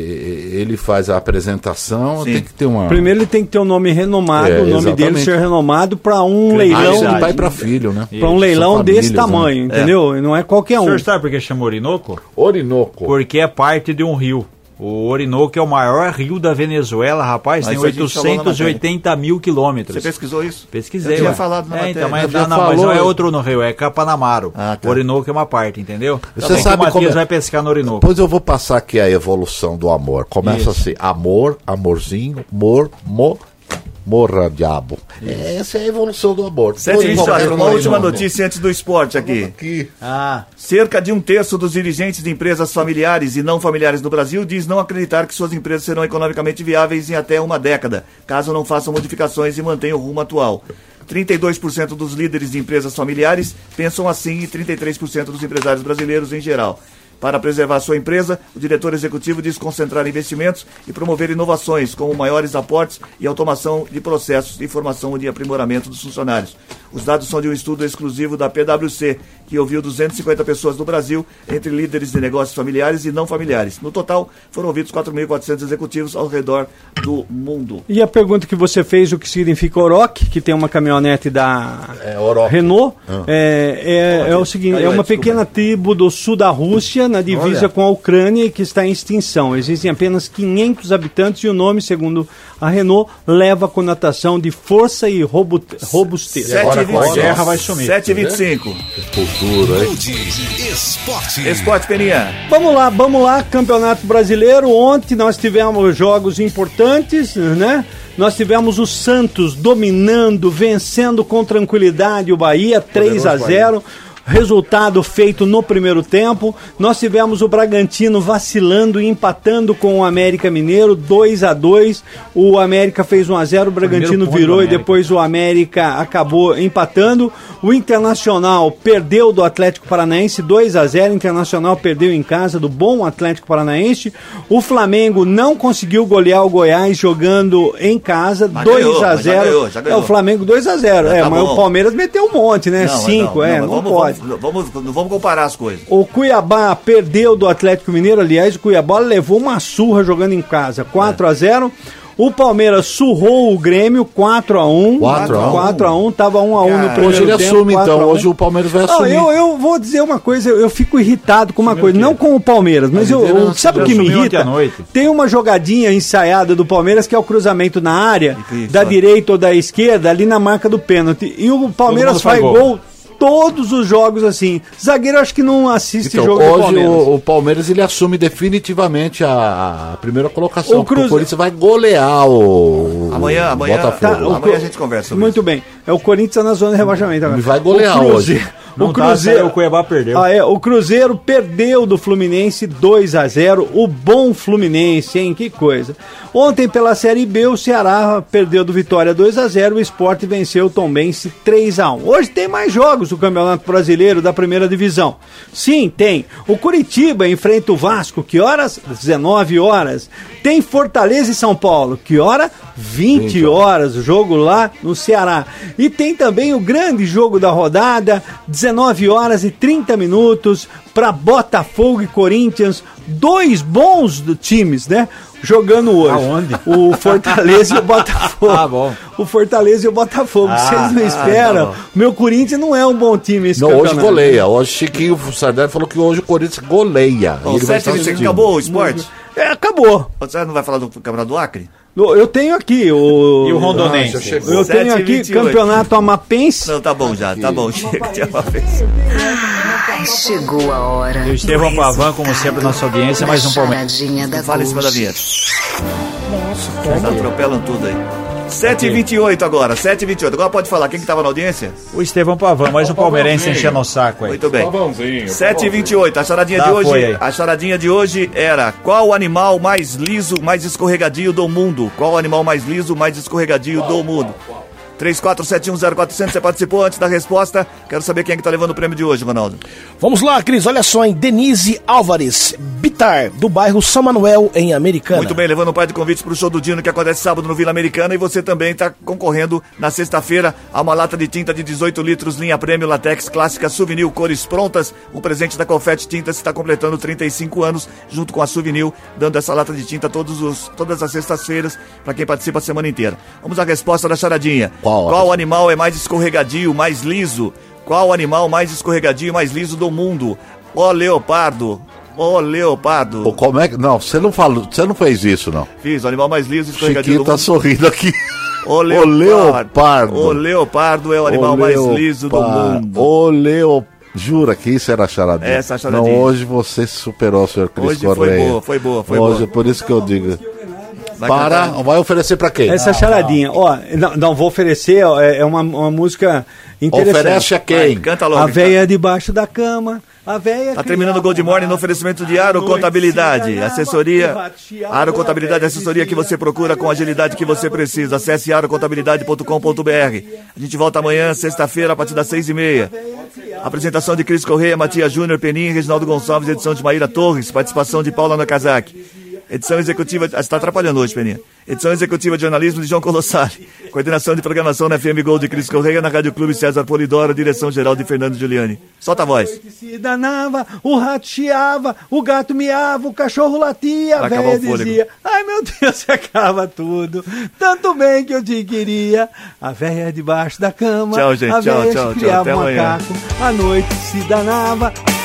Speaker 3: ele faz a apresentação,
Speaker 2: Sim.
Speaker 3: tem que ter uma.
Speaker 5: Primeiro ele tem que ter um nome renomado,
Speaker 3: É,
Speaker 5: o nome dele
Speaker 3: exatamente.
Speaker 5: ser renomado para um
Speaker 3: Ah,
Speaker 5: leilão,
Speaker 3: isso é de pai para filho, né?
Speaker 5: para um
Speaker 3: São
Speaker 5: leilão
Speaker 3: famílias,
Speaker 5: desse
Speaker 3: né?
Speaker 5: tamanho, entendeu? E não é qualquer
Speaker 4: O
Speaker 5: um.
Speaker 4: senhor sabe por que chama Orinoco?
Speaker 3: Orinoco.
Speaker 4: Porque é parte de um rio. O Orinoco é o maior rio da Venezuela, rapaz,
Speaker 2: Mas
Speaker 4: tem
Speaker 2: isso a gente falou na
Speaker 4: oitocentos e oitenta mil quilômetros.
Speaker 2: Você pesquisou isso?
Speaker 4: Pesquisei,
Speaker 2: Eu tinha
Speaker 4: ué.
Speaker 2: falado na
Speaker 4: é,
Speaker 2: matéria.
Speaker 4: então, mas,
Speaker 3: Já
Speaker 4: não, não, mas
Speaker 3: falou?
Speaker 4: não é outro no rio, é Capanamaro.
Speaker 2: Ah, tá.
Speaker 4: O Orinoco é uma parte, entendeu?
Speaker 3: Você
Speaker 4: Então,
Speaker 3: sabe
Speaker 4: que o Matias
Speaker 3: como é-
Speaker 4: vai pescar no Orinoco.
Speaker 3: Depois eu vou passar aqui a evolução do amor. Começa
Speaker 4: Isso.
Speaker 3: assim, amor, amorzinho, mor, mo, Morra, diabo. É, essa é a evolução do aborto.
Speaker 2: sete e vinte e quatro, uma última
Speaker 3: não,
Speaker 2: notícia antes do esporte aqui.
Speaker 3: aqui.
Speaker 4: Ah,
Speaker 2: Cerca de um terço dos dirigentes de empresas familiares e não familiares no Brasil diz não acreditar que suas empresas serão economicamente viáveis em até uma década, caso não façam modificações e mantenham o rumo atual. trinta e dois por cento dos líderes de empresas familiares pensam assim e trinta e três por cento dos empresários brasileiros em geral. Para preservar sua empresa, o diretor executivo diz concentrar investimentos e promover inovações, como maiores aportes e automação de processos de formação e de aprimoramento dos funcionários. Os dados são de um estudo exclusivo da P W C, que ouviu duzentas e cinquenta pessoas do Brasil, entre líderes de negócios familiares e não familiares. No total, foram ouvidos quatro mil e quatrocentos executivos ao redor do mundo.
Speaker 5: E a pergunta que você fez, o que significa Oroch, que tem uma caminhonete da
Speaker 3: É, Oroch.
Speaker 5: Renault,
Speaker 3: Ah.
Speaker 5: é, é, é o seguinte,
Speaker 2: Aí,
Speaker 5: é
Speaker 2: vai,
Speaker 5: uma
Speaker 2: desculpa.
Speaker 5: pequena tribo do sul da Rússia, na divisa
Speaker 3: Olha.
Speaker 5: com a Ucrânia, e que está em extinção. Existem apenas quinhentos habitantes e o nome, segundo a Renault, leva a conotação de força e robu- robustez.
Speaker 2: sete
Speaker 3: agora
Speaker 2: e
Speaker 3: com a
Speaker 2: vinte e cinco.
Speaker 4: guerra vai sumir.
Speaker 2: sete e vinte e cinco.
Speaker 3: Futuro, hein?
Speaker 1: Gold Esporte.
Speaker 2: Esporte, Peninha.
Speaker 5: Vamos lá, vamos lá, Campeonato Brasileiro. Ontem nós tivemos jogos importantes, né? Nós tivemos o Santos dominando, vencendo com tranquilidade o Bahia, três a zero. Resultado feito no primeiro tempo. Nós tivemos o Bragantino vacilando e empatando com o América Mineiro, dois a dois. O América fez um a zero, o Bragantino
Speaker 4: ponto
Speaker 5: virou
Speaker 4: do
Speaker 5: e
Speaker 4: América.
Speaker 5: depois o América acabou empatando. O Internacional perdeu do Atlético Paranaense, dois a zero. O Internacional perdeu em casa do bom Atlético Paranaense. O Flamengo não conseguiu golear o Goiás jogando em casa,
Speaker 2: Mas
Speaker 5: dois
Speaker 2: ganhou,
Speaker 5: a
Speaker 2: mas já
Speaker 5: zero.
Speaker 2: ganhou, já
Speaker 5: É,
Speaker 2: ganhou.
Speaker 5: o Flamengo dois a zero.
Speaker 2: Mas
Speaker 5: É,
Speaker 2: tá
Speaker 5: mas
Speaker 2: bom.
Speaker 5: o Palmeiras meteu um monte, né?
Speaker 2: Não, mas
Speaker 5: cinco, é,
Speaker 2: mas
Speaker 5: não
Speaker 2: vamos,
Speaker 5: pode.
Speaker 2: Vamos, vamos, não vamos comparar as coisas.
Speaker 5: O Cuiabá perdeu do Atlético Mineiro, aliás, o Cuiabá levou uma surra jogando em casa, quatro a zero. O Palmeiras surrou o Grêmio, quatro a um.
Speaker 3: quatro a um.
Speaker 5: quatro a um, tava um a um no
Speaker 2: Cara,
Speaker 5: primeiro
Speaker 3: Hoje ele
Speaker 5: tempo,
Speaker 3: assume,
Speaker 5: quatro a
Speaker 3: então.
Speaker 5: um.
Speaker 3: Hoje o Palmeiras vai
Speaker 5: Não,
Speaker 3: assumir.
Speaker 5: eu, eu vou dizer uma coisa, eu, eu fico irritado com uma coisa, não com o Palmeiras, mas eu, eu- sabe o que me
Speaker 4: assumiu ontem
Speaker 5: irrita?
Speaker 4: à noite.
Speaker 5: Tem uma jogadinha ensaiada do Palmeiras que é o cruzamento na área,
Speaker 2: E que
Speaker 5: da
Speaker 2: isso,
Speaker 5: direita ou da esquerda, ali na marca do pênalti. E o Palmeiras
Speaker 4: mundo
Speaker 5: faz
Speaker 4: faz
Speaker 5: gol.
Speaker 4: gol.
Speaker 5: Todos os jogos assim. Zagueiro acho que não assiste
Speaker 3: Então,
Speaker 5: jogo do
Speaker 3: hoje
Speaker 5: Palmeiras.
Speaker 3: o, o Palmeiras ele assume definitivamente a, a primeira colocação.
Speaker 5: O
Speaker 3: porque
Speaker 5: Cruze-
Speaker 3: O Corinthians vai golear o,
Speaker 2: Amanhã,
Speaker 3: o
Speaker 2: amanhã,
Speaker 3: Botafogo.
Speaker 2: tá,
Speaker 5: o
Speaker 2: amanhã
Speaker 5: Cru-
Speaker 2: a gente conversa sobre
Speaker 5: Muito
Speaker 2: isso.
Speaker 5: bem. É o Corinthians na zona de rebaixamento agora.
Speaker 3: Ele vai golear
Speaker 5: o
Speaker 3: hoje.
Speaker 5: Cruzeiro,
Speaker 4: Não
Speaker 5: o
Speaker 4: tá,
Speaker 5: Cruzeiro,
Speaker 4: o Cuiabá perdeu.
Speaker 5: Ah, é, o Cruzeiro perdeu do Fluminense dois a zero. O bom Fluminense, hein? Que coisa. Ontem pela Série B, o Ceará perdeu do Vitória dois a zero. O Sport venceu o Tombense três a um. Hoje tem mais jogos do Campeonato Brasileiro da Primeira Divisão. Sim, tem. O Curitiba enfrenta o Vasco, que horas? dezenove horas. Tem Fortaleza e São Paulo, que hora? vinte horas. O jogo lá no Ceará. E tem também o grande jogo da rodada, dezenove horas e trinta minutos, para Botafogo e Corinthians, dois bons do- times, né? Jogando hoje.
Speaker 4: Aonde?
Speaker 5: O Fortaleza e o Botafogo.
Speaker 4: Ah, bom.
Speaker 5: O Fortaleza e o Botafogo.
Speaker 4: Ah,
Speaker 5: Vocês não
Speaker 2: ah,
Speaker 5: esperam.
Speaker 2: tá bom.
Speaker 5: Meu Corinthians não é um bom time esse
Speaker 3: Não, hoje
Speaker 5: campeonato.
Speaker 3: goleia. Hoje Chiquinho Sardelli falou que hoje o Corinthians goleia.
Speaker 2: Bom,
Speaker 3: Ele vai
Speaker 2: sete e
Speaker 3: estar
Speaker 2: vinte e cinco,
Speaker 3: assistindo.
Speaker 2: acabou o esporte?
Speaker 5: É, acabou.
Speaker 2: Você não vai falar do Campeonato do Acre?
Speaker 5: Eu eu tenho aqui o...
Speaker 4: E o Rondonense?
Speaker 3: Ah, já chegou.
Speaker 5: Eu tenho
Speaker 2: sete e
Speaker 5: aqui
Speaker 2: vinte e oito.
Speaker 5: Campeonato Amapense.
Speaker 2: Não, tá bom já, tá bom, chega de uma vez.
Speaker 8: Ai, chegou a hora.
Speaker 4: E o Estevão Pavan, como sempre, nossa audiência, mais um Palmeiras.
Speaker 8: Charadinha da
Speaker 2: Fala em cima da
Speaker 8: Gold.
Speaker 2: vinheta. Vocês atropelam tudo aí. sete e vinte e oito agora, sete e vinte e oito. Agora pode falar, quem que tava na audiência?
Speaker 4: O Estevão Pavan, mais um palmeirense enchendo o saco aí.
Speaker 2: Muito bem. sete e vinte e oito, a charadinha
Speaker 4: Tá,
Speaker 2: de
Speaker 4: foi
Speaker 2: hoje,
Speaker 4: aí.
Speaker 2: a charadinha de hoje era: qual o animal mais liso, mais escorregadio do mundo? Qual o animal mais liso, mais escorregadio do mundo? três quatro sete um zero quatro zero zero, você participou antes da resposta. Quero saber quem é que tá levando o prêmio de hoje, Ronaldo.
Speaker 9: Vamos lá, Cris, olha só, em Denise Álvares Bitar, do bairro São Manuel, em Americana.
Speaker 2: Muito bem, levando um par de convites pro show do Dino que acontece sábado no Vila Americana, e você também está concorrendo na sexta-feira a uma lata de tinta de dezoito litros, linha Prêmio Latex Clássica Souvenir, cores prontas. O presente da Confete Tintas está completando trinta e cinco anos, junto com a Souvenir, dando essa lata de tinta todos os, todas as sextas-feiras para quem participa a semana inteira. Vamos à resposta da charadinha.
Speaker 3: Qual?
Speaker 2: Qual animal é mais escorregadio, mais liso? Qual animal mais escorregadio e mais liso do mundo? O leopardo. O leopardo.
Speaker 3: Pô, como é que. Não, você não falou, você não fez isso, não.
Speaker 2: Fiz, o animal mais liso e escorregadio
Speaker 3: Chiquinho
Speaker 2: do
Speaker 3: tá
Speaker 2: mundo.
Speaker 3: sorrindo aqui.
Speaker 2: O
Speaker 3: leopardo.
Speaker 2: O leopardo é o animal
Speaker 3: O
Speaker 2: mais
Speaker 3: leopardo.
Speaker 2: liso do mundo.
Speaker 3: O leopardo. Jura que isso era a charadinha?
Speaker 2: Essa é a charadinha.
Speaker 3: Não, hoje você superou o senhor Cris
Speaker 2: Hoje foi
Speaker 3: Correia.
Speaker 2: boa, foi boa, foi
Speaker 3: hoje,
Speaker 2: boa.
Speaker 3: por isso que eu digo. Para, vai oferecer pra quem?
Speaker 5: Essa charadinha. Ó, não, não vou oferecer, ó, é uma, uma música interessante.
Speaker 3: Oferece a quem?
Speaker 2: Vai, canta logo.
Speaker 5: A véia debaixo da cama. A véia
Speaker 2: Tá terminando o Gold Morning no oferecimento de Aro Contabilidade, assessoria, Aro Contabilidade, assessoria que você procura com a agilidade que você precisa. Acesse aro contabilidade ponto com ponto b r. A gente volta amanhã, sexta-feira, a partir das seis e meia. Apresentação de Cris Correia, Matias Júnior, Peninha, Reginaldo Gonçalves, edição de Maíra Torres, participação de Paula Nakazaki. Edição executiva, você está atrapalhando hoje, Peninha. Edição executiva de jornalismo de João Colossari. Coordenação de programação na F M Gold de Cris Correia, na Rádio Clube César Polidoro, direção geral de Fernando Giuliani. Solta a voz.
Speaker 5: Se danava, o rato chiava, o gato miava, o cachorro latia, a velha dizia, ai meu Deus, se acaba tudo, tanto bem que eu te queria. A velha debaixo da cama,
Speaker 2: tchau, gente,
Speaker 5: a
Speaker 2: tchau,
Speaker 5: velha
Speaker 2: tchau,
Speaker 5: criava
Speaker 2: tchau,
Speaker 5: um
Speaker 2: até
Speaker 5: macaco, a noite se danava.